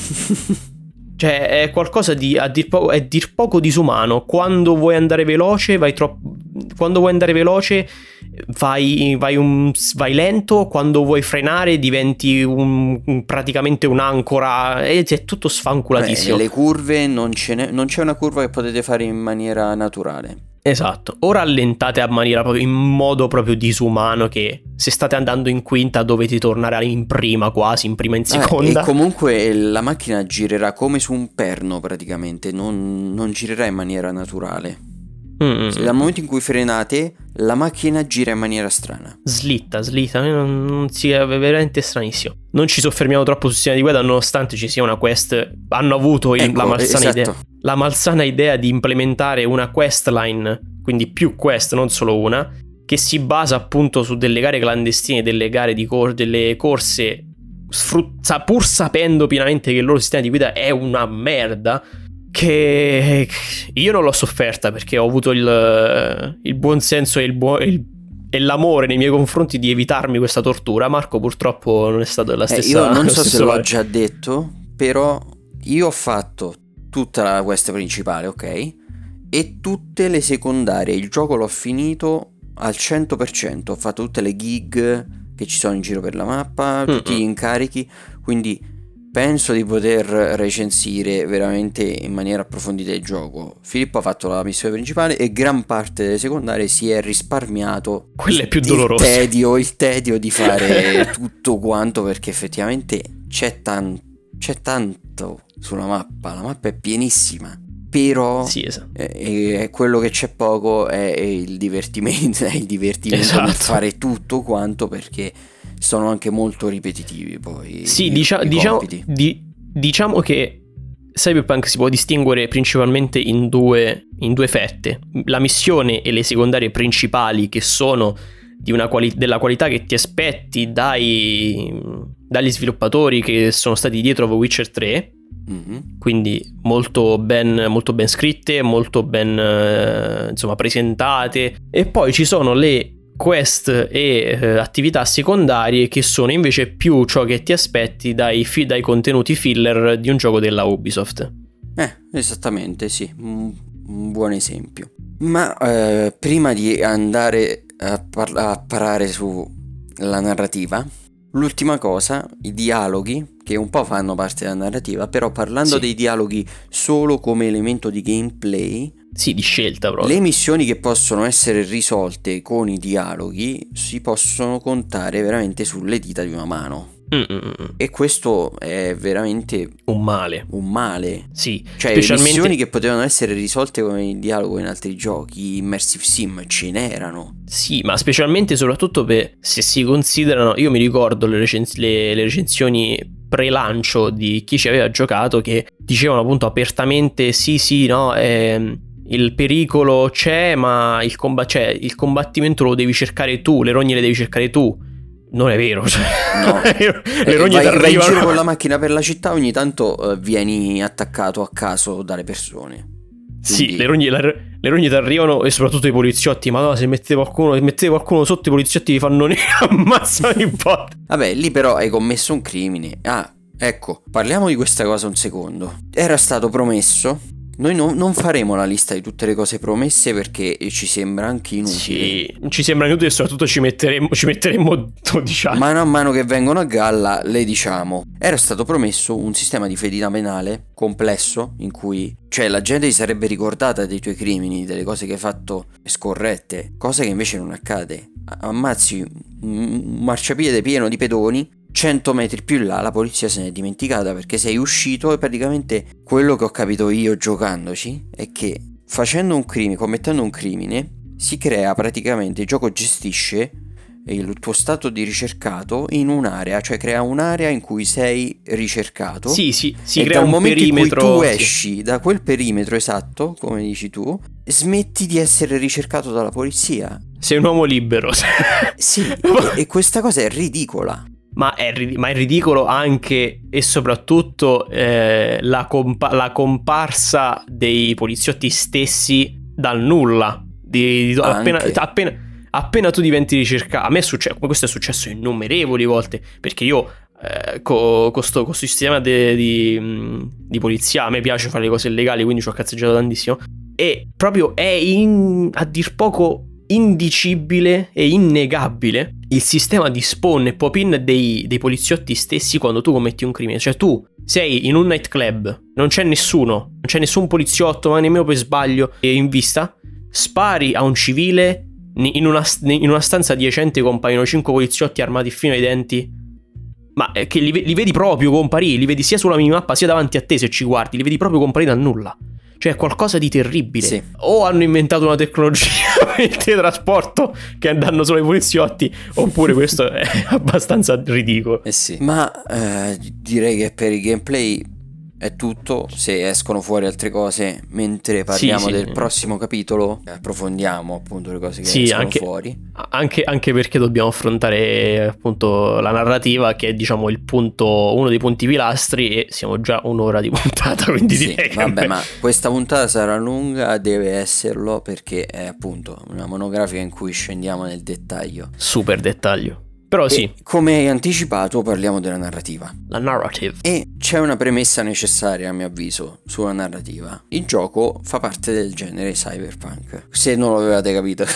Cioè è qualcosa di a dir, po- è dir poco disumano. Quando vuoi andare veloce vai troppo, quando vuoi andare veloce vai, vai, un, vai lento, quando vuoi frenare diventi un, un, praticamente un'ancora, e è tutto sfanculatissimo. Beh, le curve non, ce n'è, non c'è una curva che potete fare in maniera naturale. Esatto, o rallentate a maniera proprio in modo proprio disumano, che se state andando in quinta dovete tornare in prima, quasi in prima in seconda. Eh, e comunque la macchina girerà come su un perno praticamente, non, non girerà in maniera naturale. Mm-hmm. Se dal momento in cui frenate la macchina gira in maniera strana. Slitta, slitta, non, non si è veramente stranissimo. Non ci soffermiamo troppo sul sistema di guida, nonostante ci sia una quest. Hanno avuto ecco, la malsana esatto. idea La malsana idea di implementare una quest line, quindi più quest, non solo una, che si basa appunto su delle gare clandestine, delle gare di cor- delle corse, sfrutta, pur sapendo pienamente che il loro sistema di guida è una merda, che io non l'ho sofferta, perché ho avuto il, il buon senso e, il buo- il, e l'amore nei miei confronti di evitarmi questa tortura. Marco purtroppo non è stato della stessa. Eh, io non so se l'ho vale. già detto, però io ho fatto tutta la quest principale, ok? E tutte le secondarie, il gioco l'ho finito al cento per cento, ho fatto tutte le gig che ci sono in giro per la mappa, tutti Mm-mm. gli incarichi, quindi penso di poter recensire veramente in maniera approfondita il gioco. Filippo ha fatto la missione principale e gran parte delle secondarie si è risparmiato quelle più il dolorose. tedio, il tedio di fare tutto quanto, perché effettivamente c'è, tan- c'è tanto sulla mappa, la mappa è pienissima, però sì, esatto. è, è quello che c'è poco è, è il divertimento, è il divertimento esatto. di fare tutto quanto, perché sono anche molto ripetitivi poi. Sì, i, dicia- i diciamo, di- diciamo che Cyberpunk si può distinguere principalmente in due, in due fette: la missione e le secondarie principali, che sono di una quali- della qualità che ti aspetti dai, dagli sviluppatori che sono stati dietro a The Witcher tre. Mm-hmm. Quindi molto ben, molto ben scritte, molto ben eh, insomma presentate. E poi ci sono le quest e eh, attività secondarie, che sono invece più ciò che ti aspetti dai, fi- dai contenuti filler di un gioco della Ubisoft. Eh, esattamente, sì, un, un buon esempio. Ma eh, prima di andare a, par- a parare sulla narrativa, l'ultima cosa, i dialoghi, che un po' fanno parte della narrativa, però parlando sì. dei dialoghi solo come elemento di gameplay, sì, di scelta proprio. Le missioni che possono essere risolte con i dialoghi si possono contare veramente sulle dita di una mano. Mm-mm. E questo è veramente un male. Un male. Sì, cioè specialmente... missioni che potevano essere risolte con il dialogo in altri giochi Immersive Sim ce n'erano. Sì, ma specialmente soprattutto per, se si considerano, io mi ricordo le, recens- le, le recensioni pre-lancio di chi ci aveva giocato, che dicevano appunto apertamente sì sì no ehm, il pericolo c'è, ma il, comb- cioè, il combattimento lo devi cercare tu, le rogne le devi cercare tu. Non è vero, cioè, no. le rogne ti arrivano. Vai in giro con la macchina per la città, ogni tanto uh, vieni attaccato a caso dalle persone. Quindi... Sì, le rogne, la, le rogne ti arrivano, e soprattutto i poliziotti. Ma no, se mettete qualcuno, se mettete qualcuno sotto, i poliziotti vi fanno ne ammazzano in botta. Vabbè, lì però hai commesso un crimine. Ah, ecco, parliamo di questa cosa un secondo. Era stato promesso. Noi no, non faremo la lista di tutte le cose promesse perché ci sembra anche inutile. Sì, ci sembra inutile e soprattutto ci metteremo, ci metteremo dodici anni. Mano a mano che vengono a galla le diciamo. Era stato promesso un sistema di fedina penale complesso in cui, cioè, la gente si sarebbe ricordata dei tuoi crimini, delle cose che hai fatto scorrette, cosa che invece non accade. Ammazzi un marciapiede pieno di pedoni, cento metri più in là la polizia se n'è dimenticata perché sei uscito, e praticamente quello che ho capito io giocandoci è che facendo un crimine, commettendo un crimine, si crea praticamente, il gioco gestisce il tuo stato di ricercato in un'area, cioè crea un'area in cui sei ricercato. Sì, sì, si e crea dal un momento perimetro in cui tu sì. esci da quel perimetro esatto, come dici tu, smetti di essere ricercato dalla polizia. Sei un uomo libero. Sì, e, e questa cosa è ridicola. Ma è, ma è ridicolo anche e soprattutto eh, la, compa- la comparsa dei poliziotti stessi dal nulla. Di, di, appena, appena, appena tu diventi ricercato. A me è successo, questo è successo innumerevoli volte, perché io eh, con questo sistema de, di, di polizia a me piace fare le cose illegali, quindi ci ho cazzeggiato tantissimo. E proprio è in, a dir poco indicibile e innegabile il sistema di spawn e pop-in dei, dei poliziotti stessi quando tu commetti un crimine. Cioè tu sei in un nightclub, non c'è nessuno, non c'è nessun poliziotto, ma nemmeno per sbaglio in vista, spari a un civile, in una, in una stanza adiacente compaiono cinque poliziotti armati fino ai denti, ma che li, li vedi proprio comparire, li vedi sia sulla minimappa sia davanti a te se ci guardi, li vedi proprio comparire dal nulla. Cioè è qualcosa di terribile. Sì. O hanno inventato una tecnologia per il teletrasporto che danno solo ai poliziotti, oppure questo è abbastanza ridicolo. Eh sì. Ma eh, direi che per il gameplay è tutto. Se escono fuori altre cose mentre parliamo sì, sì. del prossimo capitolo, approfondiamo appunto le cose che sì, escono anche, fuori. Anche, anche perché dobbiamo affrontare appunto la narrativa, che è diciamo il punto, uno dei punti pilastri, e siamo già un'ora di puntata, quindi sì, direi vabbè, che... ma questa puntata sarà lunga, deve esserlo, perché è appunto una monografica in cui scendiamo nel dettaglio. Super dettaglio. Però sì. E, come hai anticipato, parliamo della narrativa. La narrative. E c'è una premessa necessaria, a mio avviso, sulla narrativa. Il gioco fa parte del genere cyberpunk. Se non l'avevate capito.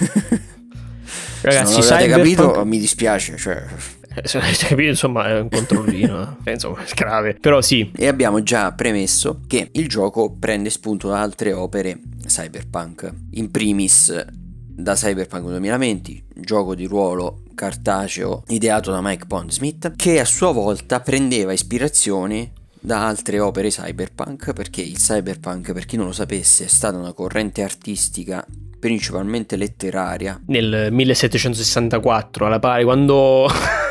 Ragazzi, se non l'avete cyberpunk... capito, mi dispiace, cioè... Se avete capito, insomma, è un controllino. Insomma, è grave. Però sì. E abbiamo già premesso che il gioco prende spunto da altre opere cyberpunk. In primis da Cyberpunk duemilaventi, gioco di ruolo cartaceo ideato da Mike Pondsmith, che a sua volta prendeva ispirazione da altre opere cyberpunk, perché il cyberpunk, per chi non lo sapesse, è stata una corrente artistica principalmente letteraria nel millesettecentosessantaquattro, alla pari, quando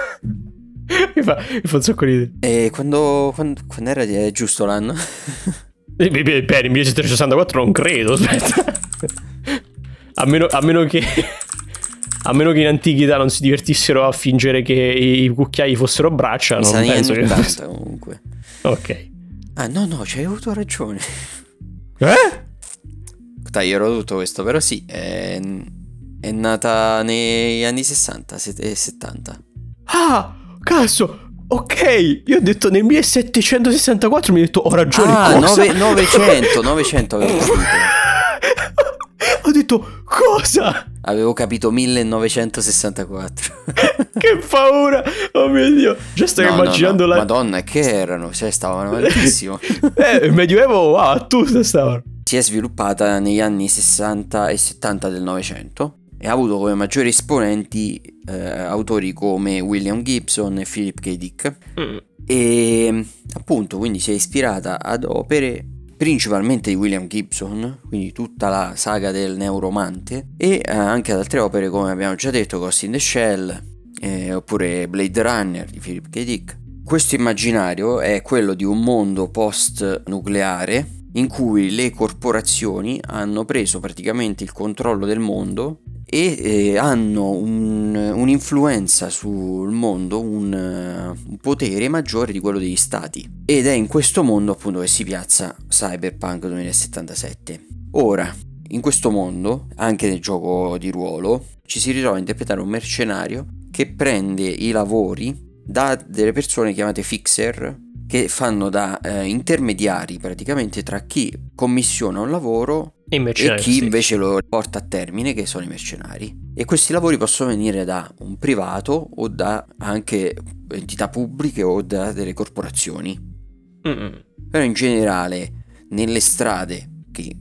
mi, fa, mi fa un sacco ridere. E quando, quando, quando era è giusto l'anno? Per il millesettecentosessantaquattro non credo, aspetta. A meno, a meno che a meno che in antichità non si divertissero a fingere che i cucchiai fossero braccia, non penso che ottanta, comunque. Ok. Ah no no, c'hai avuto ragione. Eh? Taglierò tutto questo, però sì, è, è nata negli anni sessanta e settanta. Ah, cazzo. Ok, io ho detto nel millesettecentosessantaquattro, mi hai detto ho ragione. Ah, cosa? nove, novecento, novecento avevo capito. Ho detto cosa? Avevo capito millenovecentosessantaquattro. Che paura. Oh mio Dio. Già sto no, immaginando no, no. la... Madonna, che erano? Cioè stavano malissimo. Eh, il medioevo, wow, tutto stavano. Si è sviluppata negli anni sessanta e settanta del Novecento e ha avuto come maggiori esponenti eh, autori come William Gibson e Philip K. Dick. Mm. E appunto quindi si è ispirata ad opere principalmente di William Gibson, quindi tutta la saga del Neuromante, e eh, anche ad altre opere come abbiamo già detto, Ghost in the Shell, eh, oppure Blade Runner di Philip K. Dick. Questo immaginario è quello di un mondo post-nucleare in cui le corporazioni hanno preso praticamente il controllo del mondo e eh, hanno un, un'influenza sul mondo, un, un potere maggiore di quello degli stati, ed è in questo mondo appunto che si piazza Cyberpunk duemilasettantasette. Ora, in questo mondo, anche nel gioco di ruolo, ci si ritrova a interpretare un mercenario che prende i lavori da delle persone chiamate fixer, che fanno da eh, intermediari praticamente tra chi commissiona un lavoro e, e chi stessi. invece lo porta a termine, che sono i mercenari. E questi lavori possono venire da un privato o da anche entità pubbliche o da delle corporazioni. Mm-mm. Però in generale nelle strade, che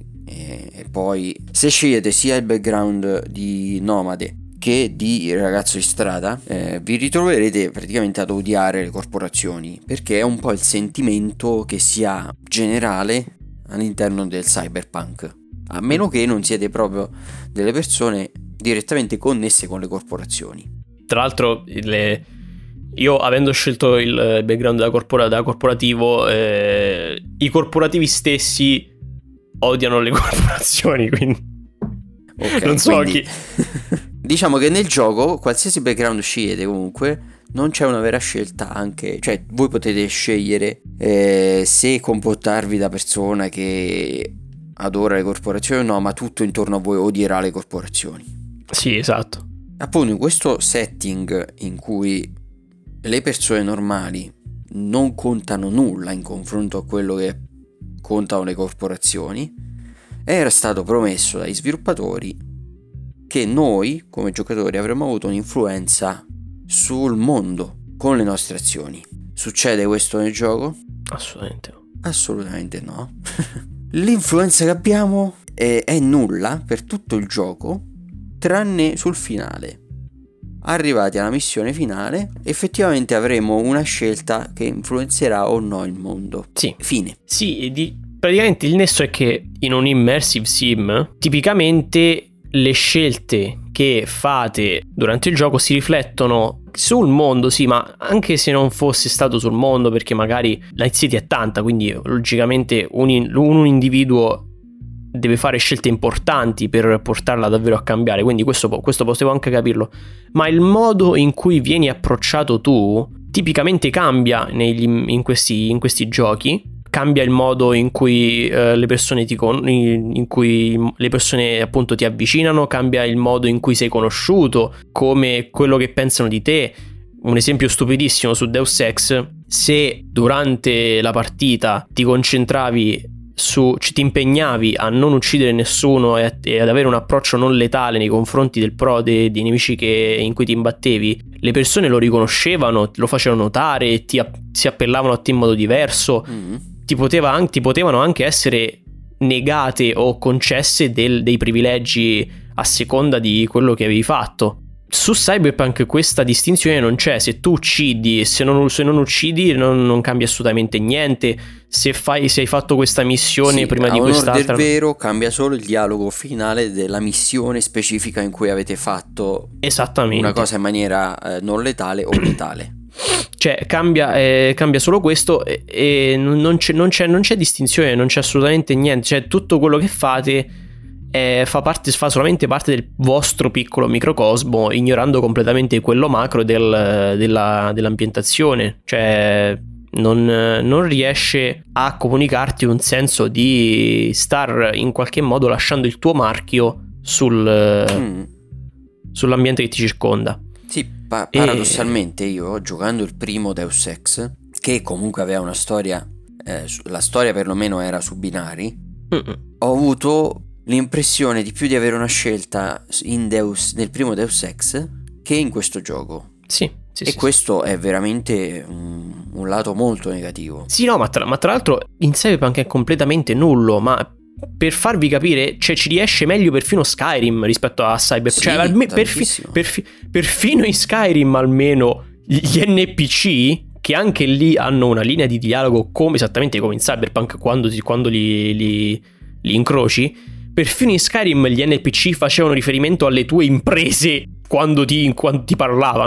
e poi se scegliete sia il background di nomade che di ragazzo di strada, eh, vi ritroverete praticamente ad odiare le corporazioni, perché è un po' il sentimento che si ha generale all'interno del cyberpunk, a meno che non siete proprio delle persone direttamente connesse con le corporazioni. Tra l'altro le... io avendo scelto il background da, corpora... da corporativo, eh... i corporativi stessi odiano le corporazioni, quindi okay, non so quindi... chi Diciamo che nel gioco, qualsiasi background scegliete comunque, non c'è una vera scelta, anche, cioè voi potete scegliere eh, se comportarvi da persona che adora le corporazioni o no, ma tutto intorno a voi odierà le corporazioni. Sì, esatto. Appunto in questo setting in cui le persone normali non contano nulla in confronto a quello che contano le corporazioni, era stato promesso dagli sviluppatori che noi come giocatori avremmo avuto un'influenza sul mondo con le nostre azioni. Succede questo nel gioco? Assolutamente no. Assolutamente no. L'influenza che abbiamo è, è nulla per tutto il gioco, tranne sul finale. Arrivati alla missione finale, effettivamente avremo una scelta che influenzerà o no il mondo. Sì. Fine. Sì, di, praticamente il nesso è che in un immersive sim, tipicamente le scelte che fate durante il gioco si riflettono sul mondo, sì, ma anche se non fosse stato sul mondo, perché magari la City è tanta, quindi logicamente un, un individuo deve fare scelte importanti per portarla davvero a cambiare, quindi questo, questo potevo anche capirlo, ma il modo in cui vieni approcciato tu tipicamente cambia negli, in, questi, in questi giochi. Cambia il modo in cui uh, le persone ti con- in cui le persone appunto ti avvicinano, cambia il modo in cui sei conosciuto, come quello che pensano di te. Un esempio stupidissimo su Deus Ex: se durante la partita ti concentravi su, ti impegnavi a non uccidere nessuno e, a, e ad avere un approccio non letale nei confronti del pro dei, dei nemici che, in cui ti imbattevi, le persone lo riconoscevano, lo facevano notare e ti, si appellavano a te in modo diverso. Mm. Ti, poteva anche, ti potevano anche essere negate o concesse del, dei privilegi a seconda di quello che avevi fatto. Su Cyberpunk questa distinzione non c'è. Se tu uccidi e se non, se non uccidi non, non cambia assolutamente niente. Se, fai, se hai fatto questa missione sì, prima di quest'altra, è vero, cambia solo il dialogo finale della missione specifica in cui avete fatto esattamente una cosa in maniera eh, non letale o letale. Cioè cambia, eh, cambia solo questo e, e non, c'è, non, c'è, non c'è distinzione, non c'è assolutamente niente. Cioè tutto quello che fate eh, fa, parte, fa solamente parte del vostro piccolo microcosmo, ignorando completamente quello macro del, della, dell'ambientazione. Cioè non, non riesce a comunicarti un senso di star in qualche modo lasciando il tuo marchio sul, mm. sull'ambiente che ti circonda. Sì, pa- paradossalmente io, giocando il primo Deus Ex, che comunque aveva una storia, eh, la storia perlomeno era su binari, Mm-mm. ho avuto l'impressione di più di avere una scelta in Deus, nel primo Deus Ex che in questo gioco. Sì, sì, e sì, questo sì. è veramente un, un lato molto negativo. Sì, no, ma tra, ma tra l'altro in Cyberpunk è completamente nullo, ma per farvi capire, cioè ci riesce meglio perfino Skyrim rispetto a Cyberpunk. Sì, cioè, alme- perfi- perfi- perfino in Skyrim almeno gli N P C, che anche lì hanno una linea di dialogo come esattamente come in Cyberpunk quando, quando li, li, li incroci, perfino in Skyrim gli N P C facevano riferimento alle tue imprese quando ti, quando ti parlavano.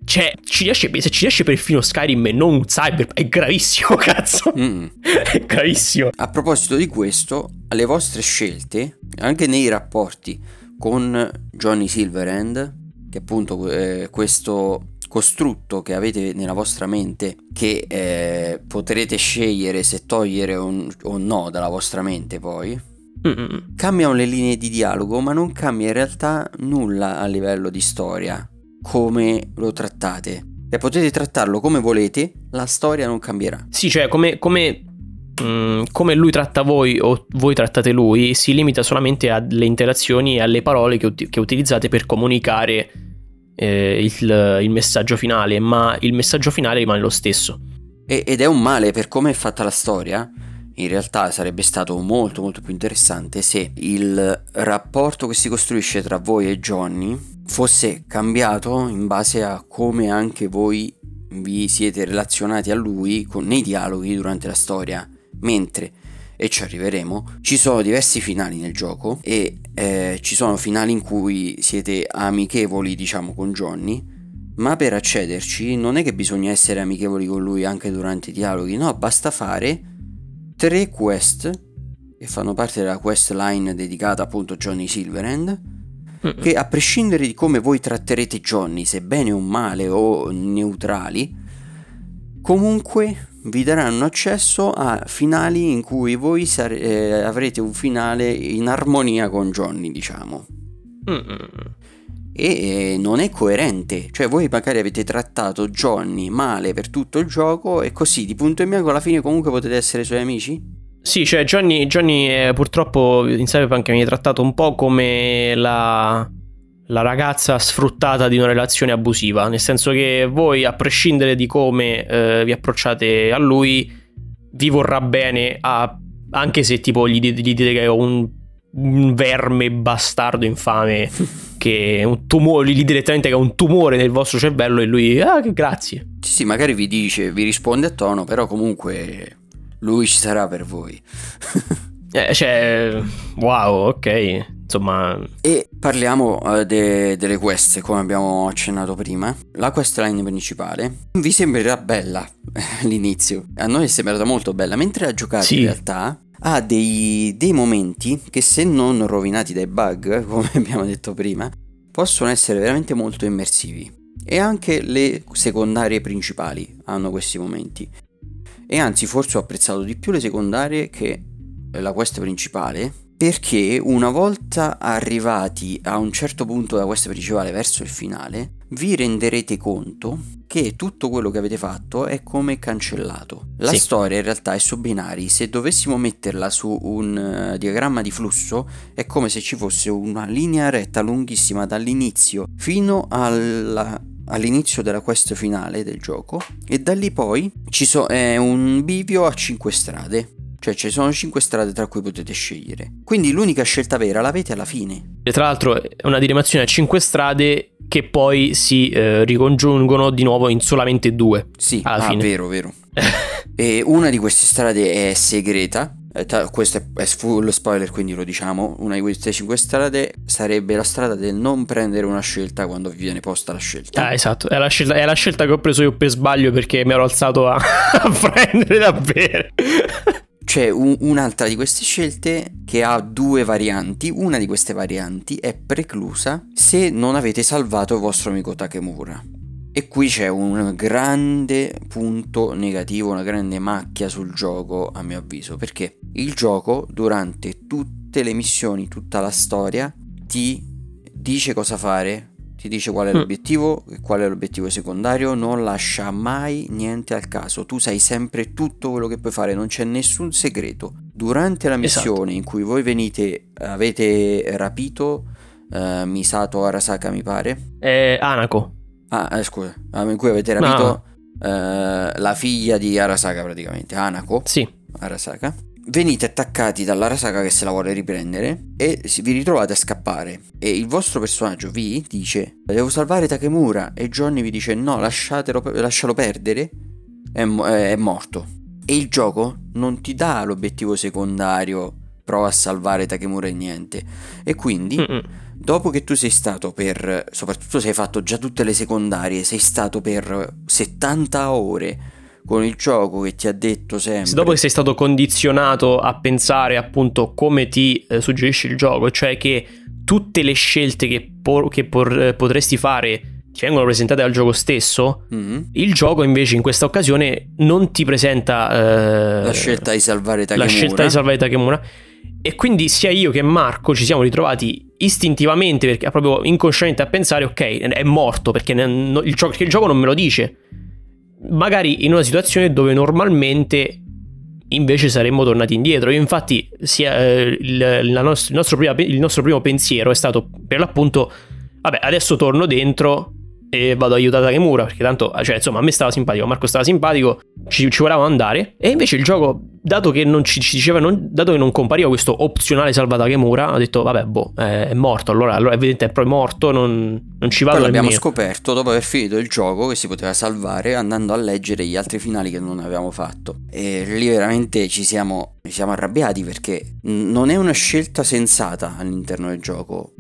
Cioè, ci riesce, se ci riesce perfino Skyrim e non Cyberpunk, è gravissimo, cazzo. Mm. È gravissimo. A proposito di questo, alle vostre scelte, anche nei rapporti con Johnny Silverhand, che appunto eh, questo costrutto che avete nella vostra mente, che eh, potrete scegliere se togliere o, o no dalla vostra mente poi, Mm-mm. cambiano le linee di dialogo, ma non cambia in realtà nulla a livello di storia, come lo trattate. E potete trattarlo come volete, la storia non cambierà. Sì, cioè come, come, mh, come lui tratta voi o voi trattate lui, si limita solamente alle interazioni e alle parole che, ut- che utilizzate per comunicare eh, il, il messaggio finale, ma il messaggio finale rimane lo stesso. E, ed è un male per come è fatta la storia. In realtà sarebbe stato molto molto più interessante se il rapporto che si costruisce tra voi e Johnny fosse cambiato in base a come anche voi vi siete relazionati a lui con, nei dialoghi durante la storia. Mentre, e ci arriveremo, ci sono diversi finali nel gioco e eh, ci sono finali in cui siete amichevoli, diciamo, con Johnny, ma per accederci non è che bisogna essere amichevoli con lui anche durante i dialoghi, no, basta fare tre quest che fanno parte della quest line dedicata appunto a Johnny Silverhand, mm-hmm. che a prescindere di come voi tratterete Johnny, se bene o male o neutrali, comunque vi daranno accesso a finali in cui voi sare- eh, avrete un finale in armonia con Johnny, diciamo. Mm-hmm. E non è coerente, cioè voi magari avete trattato Johnny male per tutto il gioco e così di punto in bianco alla fine comunque potete essere suoi amici? Sì, cioè Johnny, Johnny eh, purtroppo in Cyberpunk viene trattato un po' come la, la ragazza sfruttata di una relazione abusiva, nel senso che voi, a prescindere di come eh, vi approcciate a lui, vi vorrà bene, a, anche se tipo gli, gli dite che è un, un verme bastardo infame che è un tumore, gli direttamente che è un tumore nel vostro cervello, e lui, ah, che grazie. Sì, sì, magari vi dice, vi risponde a tono, però comunque lui ci sarà per voi. eh, cioè, wow, ok, insomma. E parliamo uh, de- delle quest, come abbiamo accennato prima. La questline principale vi sembrerà bella all'inizio, a noi è sembrata molto bella, mentre a giocare sì. in realtà ha dei, dei momenti che, se non rovinati dai bug, come abbiamo detto prima, possono essere veramente molto immersivi. E anche le secondarie principali hanno questi momenti. E anzi, forse ho apprezzato di più le secondarie che la quest principale, perché una volta arrivati a un certo punto della quest principale verso il finale, vi renderete conto che tutto quello che avete fatto è come cancellato. La sì. storia in realtà è su binari. Se dovessimo metterla su un uh, diagramma di flusso, è come se ci fosse una linea retta lunghissima dall'inizio fino alla, all'inizio della quest finale del gioco, e da lì poi ci so- è un bivio a cinque strade. Cioè ci sono cinque strade tra cui potete scegliere. Quindi l'unica scelta vera l'avete alla fine. E tra l'altro è una diramazione a cinque strade che poi si eh, ricongiungono di nuovo in solamente due. Sì, alla ah, fine. vero, vero. E una di queste strade è segreta. Eh, ta- questo è, è full spoiler, quindi lo diciamo. Una di queste cinque strade sarebbe la strada del non prendere una scelta quando vi viene posta la scelta. Ah, esatto, è la scelta, è la scelta che ho preso io per sbaglio, perché mi ero alzato a, a prendere davvero. C'è un, un'altra di queste scelte che ha due varianti. Una di queste varianti è preclusa se non avete salvato il vostro amico Takemura. E qui c'è un grande punto negativo, una grande macchia sul gioco, a mio avviso, perché il gioco durante tutte le missioni, tutta la storia, ti dice cosa fare, ti dice qual è l'obiettivo e qual è l'obiettivo secondario, non lascia mai niente al caso. Tu sai sempre tutto quello che puoi fare, non c'è nessun segreto. Durante la missione, esatto, in cui voi venite, avete rapito uh, Misato Arasaka, mi pare. Eh, Hanako. Ah, eh, scusa, in cui avete rapito no. uh, la figlia di Arasaka, praticamente, Hanako. Sì. Arasaka. Venite attaccati dall'Arasaka che se la vuole riprendere e vi ritrovate a scappare, e il vostro personaggio vi dice devo salvare Takemura, e Johnny vi dice no, lasciatelo, lascialo perdere, è, è morto. E il gioco non ti dà l'obiettivo secondario prova a salvare Takemura e niente. E quindi Mm-mm. dopo che tu sei stato per, soprattutto se hai fatto già tutte le secondarie, sei stato per settanta ore con il gioco che ti ha detto sempre, dopo che sei stato condizionato a pensare appunto come ti eh, suggerisce il gioco, cioè che tutte le scelte che, por- che por- potresti fare ti vengono presentate dal gioco stesso, mm-hmm. il gioco invece in questa occasione non ti presenta eh, la scelta di salvare Takemura. la scelta di salvare Takemura. E quindi sia io che Marco ci siamo ritrovati istintivamente, perché proprio inconsciamente, a pensare ok, è morto perché, ne- no- il, gioco, perché il gioco non me lo dice, magari in una situazione dove normalmente invece saremmo tornati indietro. Io infatti sia, eh, il, la nostro, il, nostro prima, il nostro primo pensiero è stato per l'appunto vabbè, adesso torno dentro e vado a aiutare Takemura, perché tanto, cioè, insomma, a me stava simpatico, a Marco stava simpatico, ci, ci volevamo andare. E invece il gioco, dato che non ci, ci diceva, non, dato che non compariva questo opzionale salva Takemura, ho detto vabbè, boh, è morto, allora, allora evidentemente è proprio morto, non, non ci vado Poi l'abbiamo nemmeno. scoperto dopo aver finito il gioco che si poteva salvare andando a leggere gli altri finali che non avevamo fatto, e lì veramente ci siamo, ci siamo arrabbiati, perché non è una scelta sensata all'interno del gioco,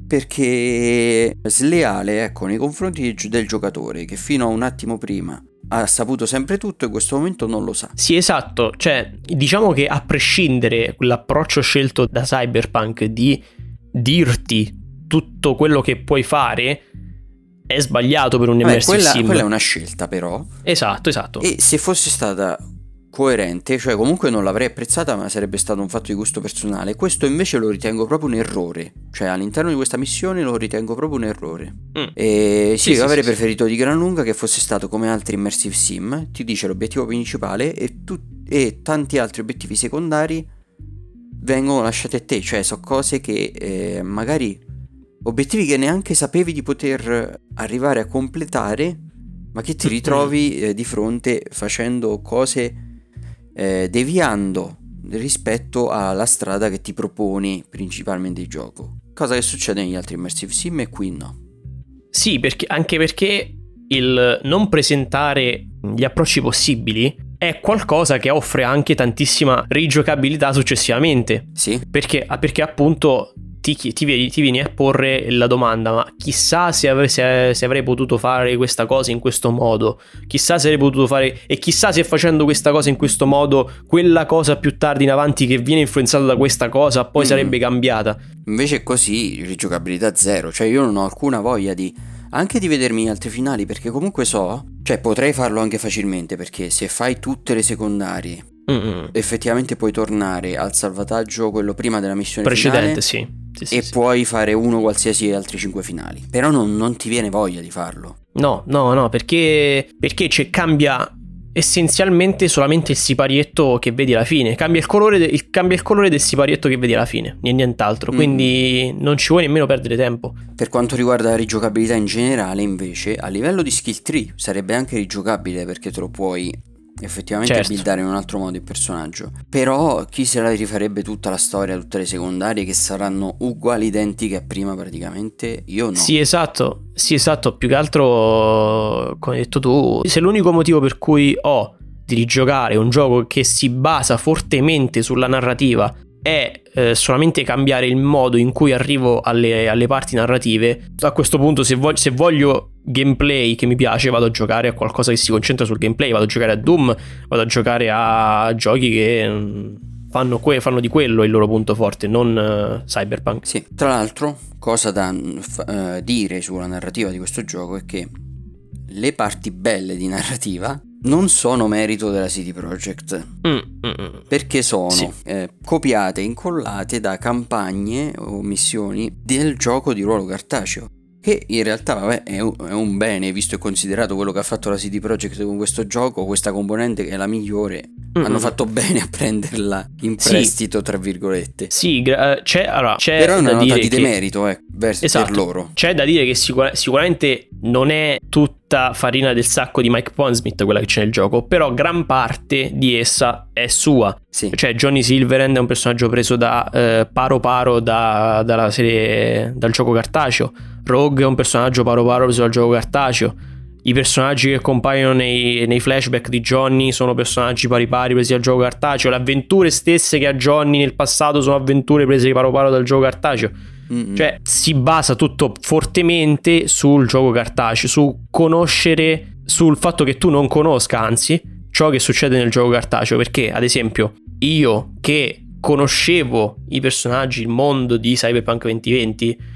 perché sleale, ecco, nei confronti del giocatore che fino a un attimo prima ha saputo sempre tutto e in questo momento non lo sa. Sì, esatto, cioè diciamo che a prescindere l'approccio scelto da Cyberpunk di dirti tutto quello che puoi fare è sbagliato per un Vabbè, immersive quella, sim. quella è una scelta però. Esatto, esatto. E se fosse stata coerente, cioè comunque non l'avrei apprezzata, ma sarebbe stato un fatto di gusto personale. Questo invece lo ritengo proprio un errore, cioè all'interno di questa missione lo ritengo proprio un errore. Mm. E sì, Sì, sì, avrei sì, preferito di gran lunga che fosse stato come altri immersive sim, ti dice l'obiettivo principale e, tu, e tanti altri obiettivi secondari vengono lasciati a te, cioè sono cose che eh, magari obiettivi che neanche sapevi di poter arrivare a completare, ma che ti ritrovi eh, di fronte facendo cose eh, deviando rispetto alla strada che ti proponi principalmente il gioco, cosa che succede negli altri immersive sim e qui no. Sì, perché, anche perché il non presentare gli approcci possibili è qualcosa che offre anche tantissima rigiocabilità successivamente. Sì. Perché, perché appunto ti, ti, vieni, ti vieni a porre la domanda: ma chissà se avrei, se, se avrei potuto fare questa cosa in questo modo, chissà se avrei potuto fare, e chissà se facendo questa cosa in questo modo quella cosa più tardi in avanti che viene influenzata da questa cosa poi Mm. sarebbe cambiata. Invece così rigiocabilità zero, cioè io non ho alcuna voglia di anche di vedermi gli altri finali, perché comunque so, cioè potrei farlo anche facilmente, perché se fai tutte le secondarie Mm-mm. effettivamente puoi tornare al salvataggio, quello prima della missione Precedente, finale, sì. Sì, sì, e sì. puoi fare uno qualsiasi degli altri cinque finali, però non, non ti viene voglia di farlo. No, no, no, perché perché c'è, cambia essenzialmente solamente il siparietto che vedi alla fine. Cambia il colore, de, il, cambia il colore del siparietto che vedi alla fine, e nient'altro. Mm. Quindi non ci vuoi nemmeno perdere tempo. Per quanto riguarda la rigiocabilità in generale, invece, a livello di skill tree sarebbe anche rigiocabile, perché te lo puoi effettivamente Certo. buildare in un altro modo il personaggio. Però chi se la rifarebbe tutta la storia, tutte le secondarie che saranno uguali, identiche a prima praticamente? Io no. Sì, esatto. Sì, esatto. Più che altro, come hai detto tu, se l'unico motivo per cui ho di rigiocare un gioco che si basa fortemente sulla narrativa è eh, solamente cambiare il modo in cui arrivo alle, alle parti narrative, a questo punto se voglio, se voglio gameplay che mi piace vado a giocare a qualcosa che si concentra sul gameplay, vado a giocare a Doom, vado a giocare a giochi che mh, fanno, que- fanno di quello il loro punto forte, non uh, Cyberpunk. Sì, tra l'altro, cosa da uh, dire sulla narrativa di questo gioco è che le parti belle di narrativa non sono merito della C D Projekt, mm, mm, mm. perché sono Sì. eh, copiate e incollate da campagne o missioni del gioco di ruolo cartaceo, che in realtà vabbè, è, un, è un bene, visto e considerato quello che ha fatto la C D Projekt con questo gioco, questa componente che è la migliore. Mm-hmm. Hanno fatto bene a prenderla in prestito, sì, tra virgolette. Sì, gra- c'è, allora, c'è però è una da nota dire di che... demerito eh, verso esatto, per loro. C'è da dire che sicur- sicuramente non è tutta farina del sacco di Mike Pondsmith quella che c'è nel gioco, però gran parte di essa è sua. Sì. Cioè Johnny Silverhand è un personaggio preso da eh, paro paro da, dalla serie, dal gioco cartaceo. Rogue è un personaggio paro paro preso dal gioco cartaceo. i personaggi che compaiono nei, nei flashback di Johnny sono personaggi pari pari presi dal gioco cartaceo, le avventure stesse che ha Johnny nel passato sono avventure prese paro paro dal gioco cartaceo. Mm-hmm. Cioè si basa tutto fortemente sul gioco cartaceo, su conoscere, sul fatto che tu non conosca anzi ciò che succede nel gioco cartaceo, perché ad esempio io che conoscevo i personaggi, il mondo di Cyberpunk duemilaventi,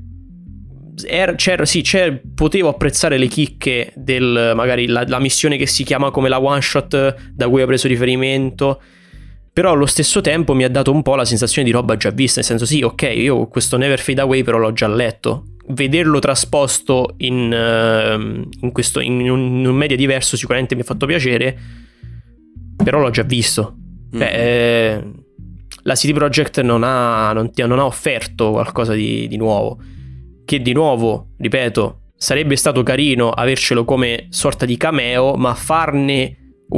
Era, c'era, sì, c'era, potevo apprezzare le chicche del magari la, la missione che si chiama come la one shot da cui ho preso riferimento, però allo stesso tempo mi ha dato un po' la sensazione di roba già vista, nel senso sì, ok, io questo Never Fade Away però l'ho già letto, vederlo trasposto in, uh, in, questo, in, un, in un media diverso sicuramente mi ha fatto piacere, però l'ho già visto. mm. Beh, eh, la C D Projekt non ha, non, ti, non ha offerto qualcosa di, di nuovo, che di nuovo, ripeto, sarebbe stato carino avercelo come sorta di cameo, ma farne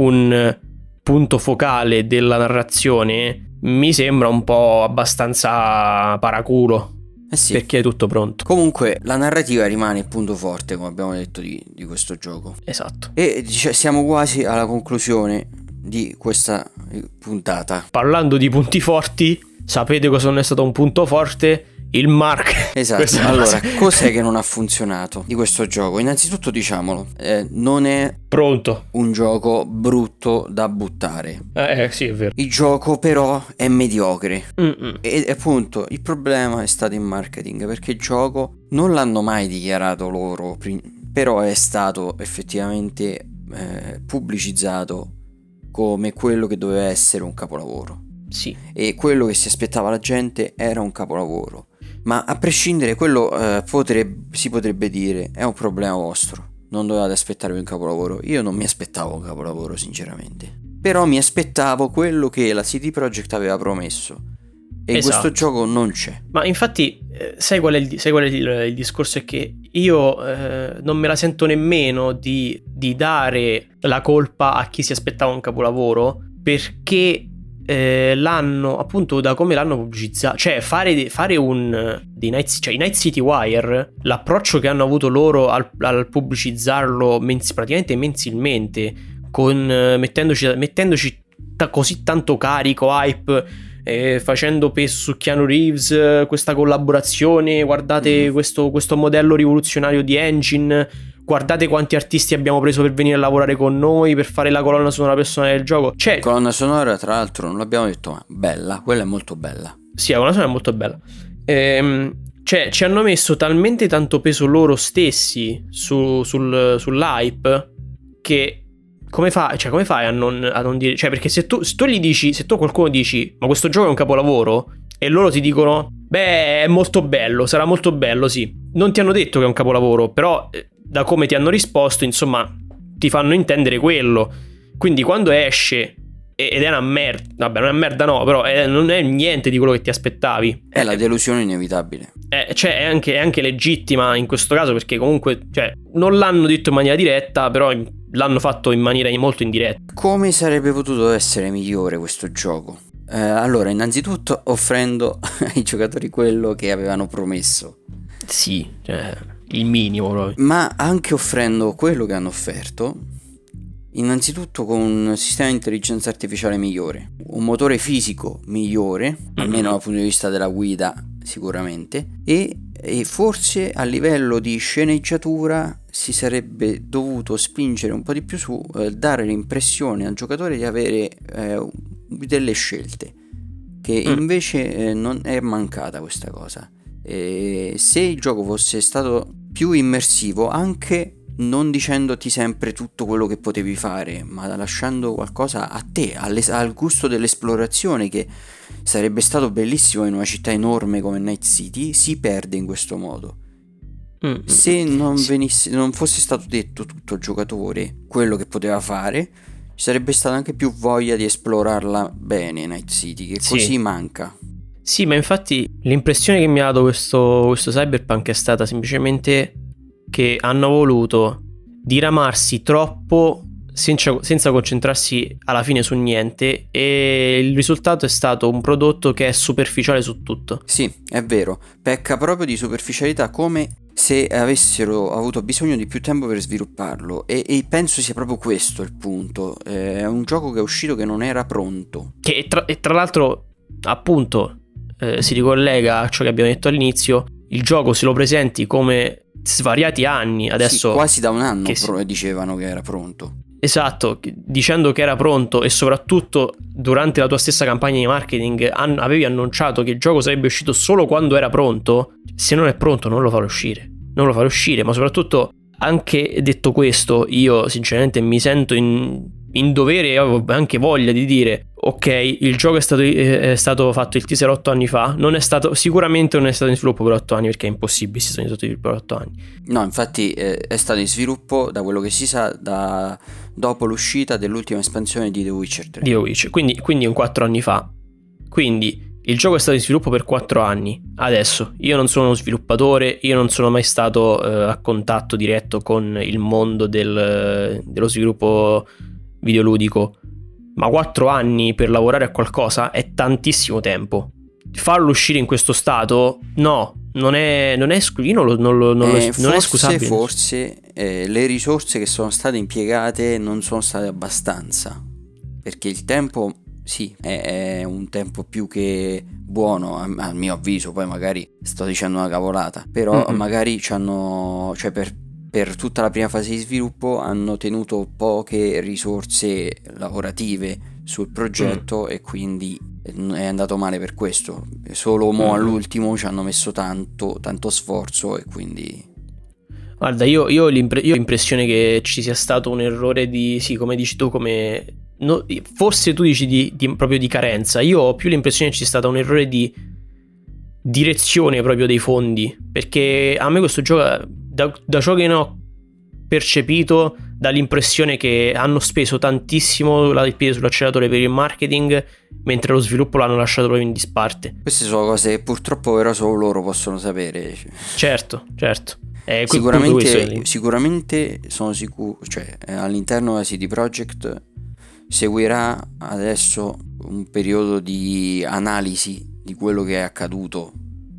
un punto focale della narrazione mi sembra un po' abbastanza paraculo. Eh sì. Perché è tutto pronto. Comunque la narrativa rimane il punto forte, come abbiamo detto, di, di questo gioco. Esatto. E dice, siamo quasi alla conclusione di questa puntata. Parlando di punti forti, sapete cosa non è stato un punto forte? Il Mark. Esatto. Allora, cos'è che non ha funzionato di questo gioco? Innanzitutto diciamolo, eh, non è pronto un gioco brutto da buttare. Eh, eh sì, è vero. Il gioco però è mediocre. Mm-mm. E appunto il problema è stato il marketing, perché il gioco non l'hanno mai dichiarato loro, però è stato effettivamente eh, pubblicizzato come quello che doveva essere un capolavoro. Sì. E quello che si aspettava la gente era un capolavoro. Ma a prescindere, quello eh, potrebbe, si potrebbe dire è un problema vostro, non dovevate aspettarvi un capolavoro. Io non mi aspettavo un capolavoro sinceramente, però mi aspettavo quello che la C D Projekt aveva promesso, e esatto. Questo gioco non c'è. Ma infatti eh, sai qual è il, sai qual è il, il discorso? È che io eh, non me la sento nemmeno di, di dare la colpa a chi si aspettava un capolavoro, perché Eh, l'hanno appunto, da come l'hanno pubblicizzato, cioè fare, fare un di Night, cioè i Night City Wire, l'approccio che hanno avuto loro al, al pubblicizzarlo mens, praticamente mensilmente, con eh, mettendoci, mettendoci ta, così tanto carico, hype, eh, facendo peso su Keanu Reeves, eh, questa collaborazione, guardate mm. questo, questo modello rivoluzionario di engine, guardate quanti artisti abbiamo preso per venire a lavorare con noi per fare la colonna sonora personale del gioco. Cioè, colonna sonora, tra l'altro, non l'abbiamo detto, ma bella, quella è molto bella. Sì, la colonna sonora è molto bella. Ehm, cioè, ci hanno messo talmente tanto peso loro stessi su, sul, sull'hype che come fai, cioè, come fai a non, a non dire, cioè, perché se tu, se tu gli dici, se tu a qualcuno dici, ma questo gioco è un capolavoro, e loro ti dicono, beh, è molto bello, sarà molto bello, sì. Non ti hanno detto che è un capolavoro, però da come ti hanno risposto, insomma, ti fanno intendere quello. Quindi quando esce ed è una merda, vabbè, non è una merda no, però è, non è niente di quello che ti aspettavi. È la delusione inevitabile. È, cioè è anche, è anche legittima in questo caso, perché comunque, cioè, non l'hanno detto in maniera diretta, però l'hanno fatto in maniera molto indiretta. Come sarebbe potuto essere migliore questo gioco? Eh, allora, innanzitutto offrendo ai giocatori quello che avevano promesso. Sì, cioè il minimo proprio. Ma anche offrendo quello che hanno offerto, innanzitutto con un sistema di intelligenza artificiale migliore, un motore fisico migliore, mm-hmm. almeno dal punto di vista della guida sicuramente, e, e forse a livello di sceneggiatura si sarebbe dovuto spingere un po' di più su eh, dare l'impressione al giocatore di avere eh, delle scelte, che mm. invece eh, non è mancata questa cosa. E se il gioco fosse stato più immersivo, anche non dicendoti sempre tutto quello che potevi fare, ma lasciando qualcosa a te, al gusto dell'esplorazione, che sarebbe stato bellissimo in una città enorme come Night City, si perde in questo modo. Mm. Se non venisse, non fosse stato detto tutto al giocatore quello che poteva fare, ci sarebbe stata anche più voglia di esplorarla bene Night City, che sì. così manca. Sì, ma infatti l'impressione che mi ha dato questo, questo Cyberpunk è stata semplicemente che hanno voluto diramarsi troppo senza, senza concentrarsi alla fine su niente, e il risultato è stato un prodotto che è superficiale su tutto. Sì, è vero, pecca proprio di superficialità, come se avessero avuto bisogno di più tempo per svilupparlo, e, e penso sia proprio questo il punto. Eh, è un gioco che è uscito che non era pronto. Che tra, e tra l'altro, appunto, eh, si ricollega a ciò che abbiamo detto all'inizio. Il gioco se lo presenti come svariati anni adesso, sì, quasi da un anno che si... pro- dicevano che era pronto. Esatto, dicendo che era pronto, e soprattutto durante la tua stessa campagna di marketing an- avevi annunciato che il gioco sarebbe uscito solo quando era pronto. Se non è pronto non lo farò uscire, non lo farò uscire. Ma soprattutto, anche detto questo, io sinceramente mi sento in, in dovere e ho anche voglia di dire: ok, il gioco è stato, è stato fatto il teaser otto anni fa, non è stato, sicuramente non è stato in sviluppo per otto anni, perché è impossibile si sono in sviluppo per otto anni. No, infatti eh, è stato in sviluppo, da quello che si sa, da dopo l'uscita dell'ultima espansione di The Witcher tre. Di The Witcher, quindi, quindi un quattro anni fa. Quindi il gioco è stato in sviluppo per quattro anni. Adesso io non sono uno sviluppatore, io non sono mai stato eh, a contatto diretto con il mondo del, dello sviluppo videoludico, ma quattro anni per lavorare a qualcosa è tantissimo tempo. Farlo uscire in questo stato, no, non è, non è, io non, lo, non, lo, non, eh, lo, forse, non è scusabile. Forse eh, le risorse che sono state impiegate non sono state abbastanza, perché il tempo, sì, è, è un tempo più che buono a, a mio avviso. Poi magari sto dicendo una cavolata, però mm-hmm. magari c'hanno, cioè per per tutta la prima fase di sviluppo hanno tenuto poche risorse lavorative sul progetto, mm. e quindi è andato male per questo. Solo mo mm. all'ultimo ci hanno messo tanto, tanto sforzo, e quindi... Guarda, io, io, ho l'impre- io ho l'impressione che ci sia stato un errore di, sì, come dici tu, come... No, forse tu dici di, di, proprio di carenza. Io ho più l'impressione che ci sia stato un errore di direzione proprio dei fondi, perché a me questo gioco... Da, da ciò che ne ho percepito, dà l'impressione che hanno speso tantissimo il piede sull'acceleratore per il marketing, mentre lo sviluppo l'hanno lasciato proprio in disparte. Queste sono cose che purtroppo però solo loro possono sapere. Certo, certo. Eh, sicuramente, sicuramente sono sicuro, cioè all'interno della C D Projekt seguirà adesso un periodo di analisi di quello che è accaduto,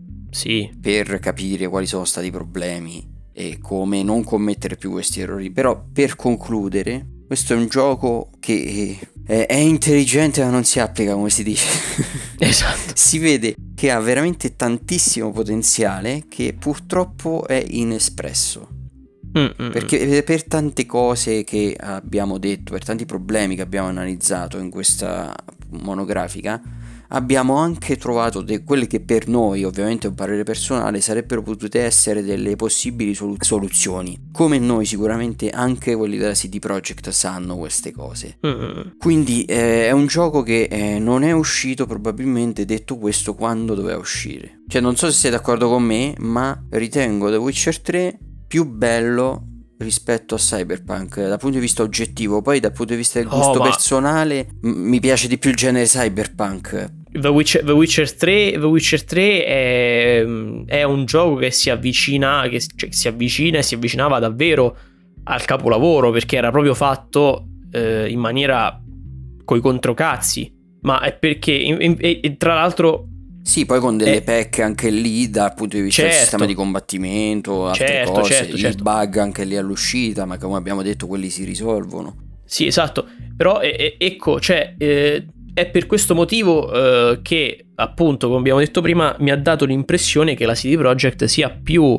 sì, per capire quali sono stati i problemi e come non commettere più questi errori. Però, per concludere, questo è un gioco che è, è intelligente ma non si applica, come si dice. Esatto. Si vede che ha veramente tantissimo potenziale, che purtroppo è inespresso. Mm-mm. Perché per tante cose che abbiamo detto, per tanti problemi che abbiamo analizzato in questa monografica, abbiamo anche trovato de- quelle che per noi, ovviamente è un parere personale, sarebbero potute essere delle possibili solu- soluzioni. Come noi, sicuramente anche quelli della C D Projekt sanno queste cose. Mm-hmm. Quindi eh, è un gioco che eh, non è uscito, probabilmente, detto questo, quando doveva uscire. Cioè, non so se sei d'accordo con me, ma ritengo The Witcher tre più bello rispetto a Cyberpunk dal punto di vista oggettivo. Poi dal punto di vista del gusto oh, personale m- mi piace di più il genere Cyberpunk. The Witcher, The Witcher tre, The Witcher tre è, è un gioco che si avvicina, che cioè, si avvicina e si avvicinava davvero al capolavoro, perché era proprio fatto eh, in maniera coi controcazzi, ma è perché in, in, e, tra l'altro sì, poi con delle eh, pecche anche lì dal punto di vista certo, del sistema di combattimento, altre certo, cose, certo, i certo. bug anche lì all'uscita, ma come abbiamo detto quelli si risolvono. Sì, esatto, però eh, eh, ecco, cioè eh, è per questo motivo eh, che, appunto, come abbiamo detto prima, mi ha dato l'impressione che la C D Projekt sia più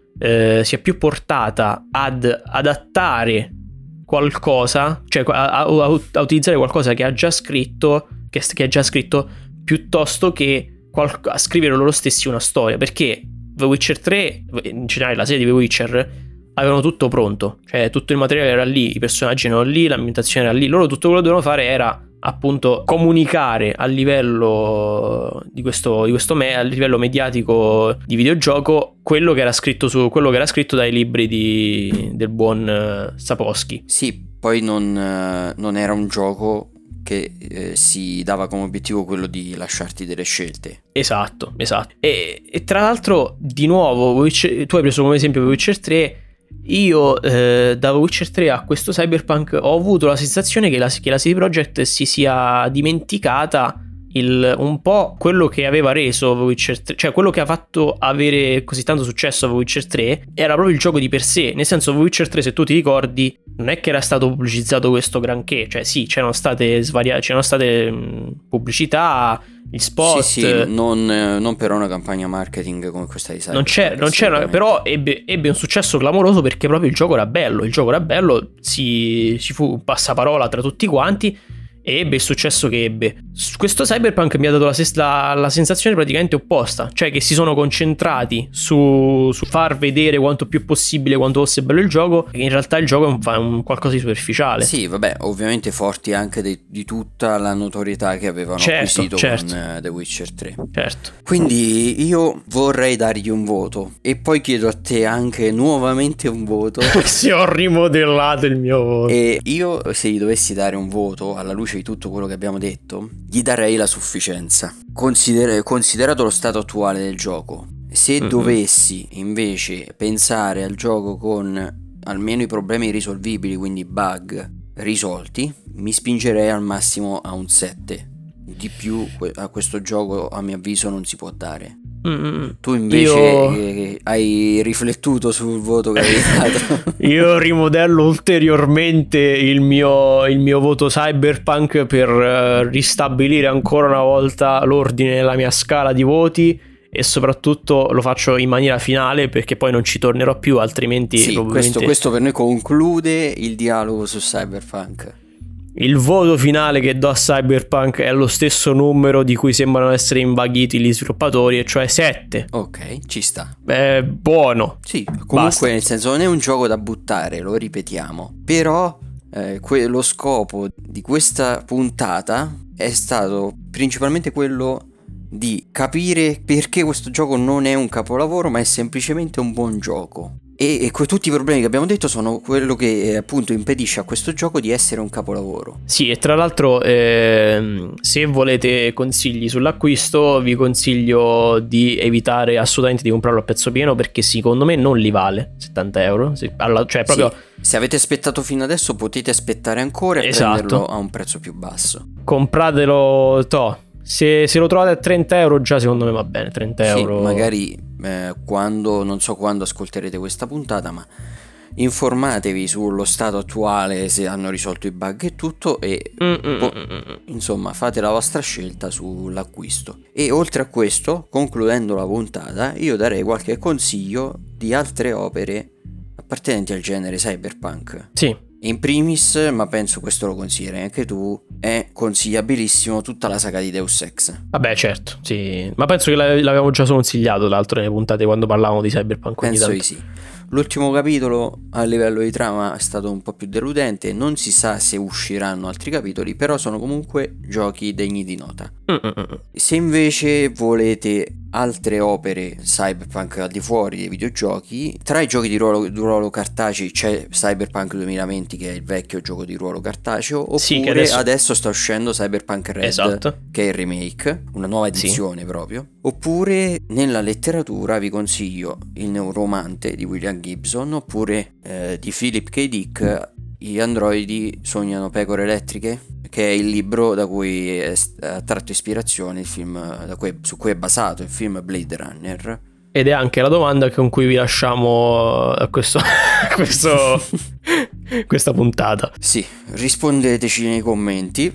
eh, sia più portata ad adattare qualcosa, cioè a, a, a utilizzare qualcosa che ha già scritto, che, che è già scritto, piuttosto che a scrivere loro stessi una storia, perché The Witcher tre, in generale la serie di The Witcher, avevano tutto pronto, cioè tutto il materiale era lì, i personaggi erano lì, l'ambientazione era lì, loro tutto quello che dovevano fare era appunto comunicare a livello di questo, di questo me, a livello mediatico di videogioco quello che era scritto su quello che era scritto dai libri di, del buon Sapkowski. Sì, poi non, non era un gioco che eh, si dava come obiettivo quello di lasciarti delle scelte. Esatto, esatto. E, e tra l'altro, di nuovo, Witcher, tu hai preso come esempio The Witcher tre. Io eh, da The Witcher tre a questo Cyberpunk ho avuto la sensazione che la, che la C D Projekt si sia dimenticata il, un po' quello che aveva reso The Witcher tre, cioè quello che ha fatto avere così tanto successo a The Witcher tre era proprio il gioco di per sé. Nel senso, The Witcher tre, se tu ti ricordi, non è che era stato pubblicizzato questo granché, cioè sì, c'erano state svariate, c'erano state mh, pubblicità, gli spot. Sì, sì, non, non però una campagna marketing come questa di Cyberpunk. Non c'è, non c'era, però ebbe, ebbe un successo clamoroso perché proprio il gioco era bello. Il gioco era bello, si, si fu un passaparola tra tutti quanti e ebbe il successo che ebbe. Questo Cyberpunk mi ha dato la, la, la sensazione praticamente opposta, cioè che si sono concentrati su, su far vedere quanto più possibile quanto fosse bello il gioco, e in realtà il gioco è un, un qualcosa di superficiale. Sì, vabbè, ovviamente forti anche di, di tutta la notorietà che avevano certo, acquisito certo. con uh, The Witcher tre. Certo. Quindi io vorrei dargli un voto e poi chiedo a te anche nuovamente un voto. Se ho rimodellato il mio voto. E io, se gli dovessi dare un voto alla luce di tutto quello che abbiamo detto, gli darei la sufficienza. Consider- considerato lo stato attuale del gioco, se mm-hmm. dovessi invece pensare al gioco con almeno i problemi risolvibili, quindi bug risolti, mi spingerei al massimo a un sette. Di più a questo gioco a mio avviso non si può dare. Mm-hmm. Tu invece io... eh, hai riflettuto sul voto che hai dato. Io rimodello ulteriormente il mio, il mio voto Cyberpunk per uh, ristabilire ancora una volta l'ordine nella mia scala di voti, e soprattutto lo faccio in maniera finale perché poi non ci tornerò più, altrimenti sì, probabilmente... questo, questo per noi conclude il dialogo su Cyberpunk. Il voto finale che do a Cyberpunk è lo stesso numero di cui sembrano essere imbaghiti gli sviluppatori, e cioè sette. Ok, ci sta. È buono. Sì, comunque basta. Nel senso non è un gioco da buttare, lo ripetiamo. Però eh, que- lo scopo di questa puntata è stato principalmente quello di capire perché questo gioco non è un capolavoro, ma è semplicemente un buon gioco. E, e que- tutti i problemi che abbiamo detto sono quello che eh, appunto impedisce a questo gioco di essere un capolavoro. Sì, e tra l'altro ehm, se volete consigli sull'acquisto vi consiglio di evitare assolutamente di comprarlo a prezzo pieno, perché secondo me non li vale settanta euro. Se, alla, cioè proprio... Sì, se avete aspettato fino adesso potete aspettare ancora e esatto. prenderlo a un prezzo più basso. Compratelo to. Se, se lo trovate a trenta euro già secondo me va bene. Trenta euro sì, magari eh, quando, non so quando ascolterete questa puntata, ma informatevi sullo stato attuale, se hanno risolto i bug e tutto, e po- insomma fate la vostra scelta sull'acquisto. E oltre a questo, concludendo la puntata, io darei qualche consiglio di altre opere appartenenti al genere cyberpunk. Sì. In primis, ma penso questo lo consiglierai anche tu, è consigliabilissimo tutta la saga di Deus Ex. Vabbè, certo, sì. Ma penso che l'avevamo già consigliato tra l'altro nelle puntate quando parlavamo di Cyberpunk. Penso di sì. L'ultimo capitolo a livello di trama è stato un po' più deludente, non si sa se usciranno altri capitoli, però sono comunque giochi degni di nota. Mm-mm. Se invece volete altre opere cyberpunk al di fuori dei videogiochi, tra i giochi di ruolo, di ruolo cartacei c'è Cyberpunk duemilaventi, che è il vecchio gioco di ruolo cartaceo, oppure sì, che adesso... adesso sta uscendo Cyberpunk Red, esatto. che è il remake, una nuova edizione, sì. proprio. Oppure nella letteratura vi consiglio Il Neuromante di William Gibson, oppure eh, di Philip K. Dick, Gli androidi sognano pecore elettriche, che è il libro da cui è tratto ispirazione il film, da cui, su cui è basato il film Blade Runner. Ed è anche la domanda con cui vi lasciamo a questo, questo questa puntata. Sì, rispondeteci nei commenti.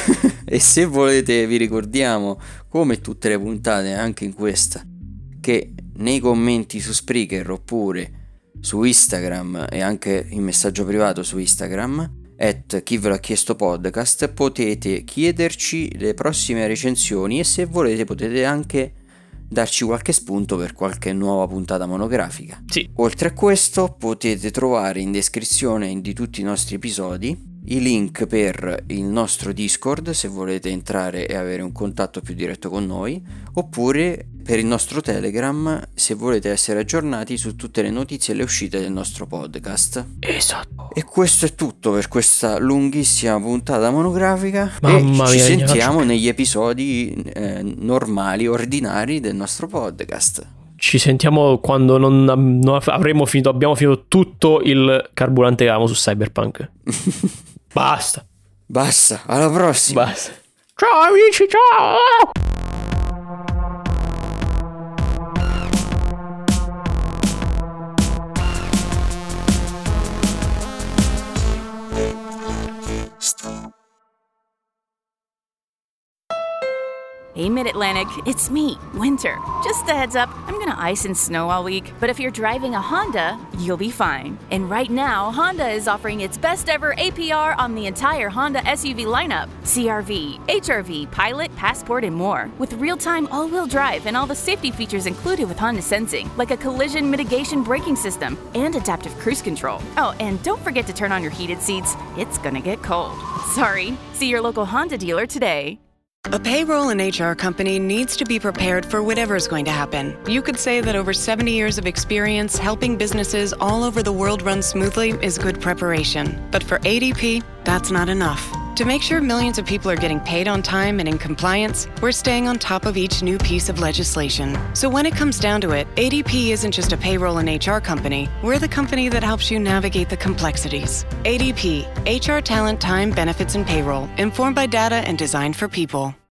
E se volete vi ricordiamo, come tutte le puntate, anche in questa, che nei commenti su Spreaker oppure su Instagram, e anche in messaggio privato su Instagram at chi ve l'ha chiesto podcast, potete chiederci le prossime recensioni, e se volete potete anche darci qualche spunto per qualche nuova puntata monografica. Sì. Oltre a questo potete trovare in descrizione di tutti i nostri episodi i link per il nostro Discord, se volete entrare e avere un contatto più diretto con noi, oppure per il nostro Telegram, se volete essere aggiornati su tutte le notizie e le uscite del nostro podcast. Esatto. E questo è tutto per questa lunghissima puntata monografica. Mamma e ci mia, sentiamo negli episodi eh, normali, ordinari del nostro podcast. Ci sentiamo quando non, non avremo finito, abbiamo finito tutto il carburante che avevamo su Cyberpunk. Basta. Basta, alla prossima. Basta. Ciao amici, ciao! Hey, Mid-Atlantic, it's me, Winter. Just a heads up, I'm gonna ice and snow all week, but if you're driving a Honda, you'll be fine. And right now, Honda is offering its best ever A P R on the entire Honda S U V lineup. C R V, H R V, Pilot, Passport, and more. With real-time all-wheel drive and all the safety features included with Honda Sensing, like a collision mitigation braking system and adaptive cruise control. Oh, and don't forget to turn on your heated seats. It's gonna get cold. Sorry. See your local Honda dealer today. A payroll and H R company needs to be prepared for whatever's going to happen. You could say that over seventy years of experience helping businesses all over the world run smoothly is good preparation. But for A D P, that's not enough. To make sure millions of people are getting paid on time and in compliance, we're staying on top of each new piece of legislation. So when it comes down to it, A D P isn't just a payroll and H R company. We're the company that helps you navigate the complexities. A D P, H R talent, time, benefits, and payroll, informed by data and designed for people.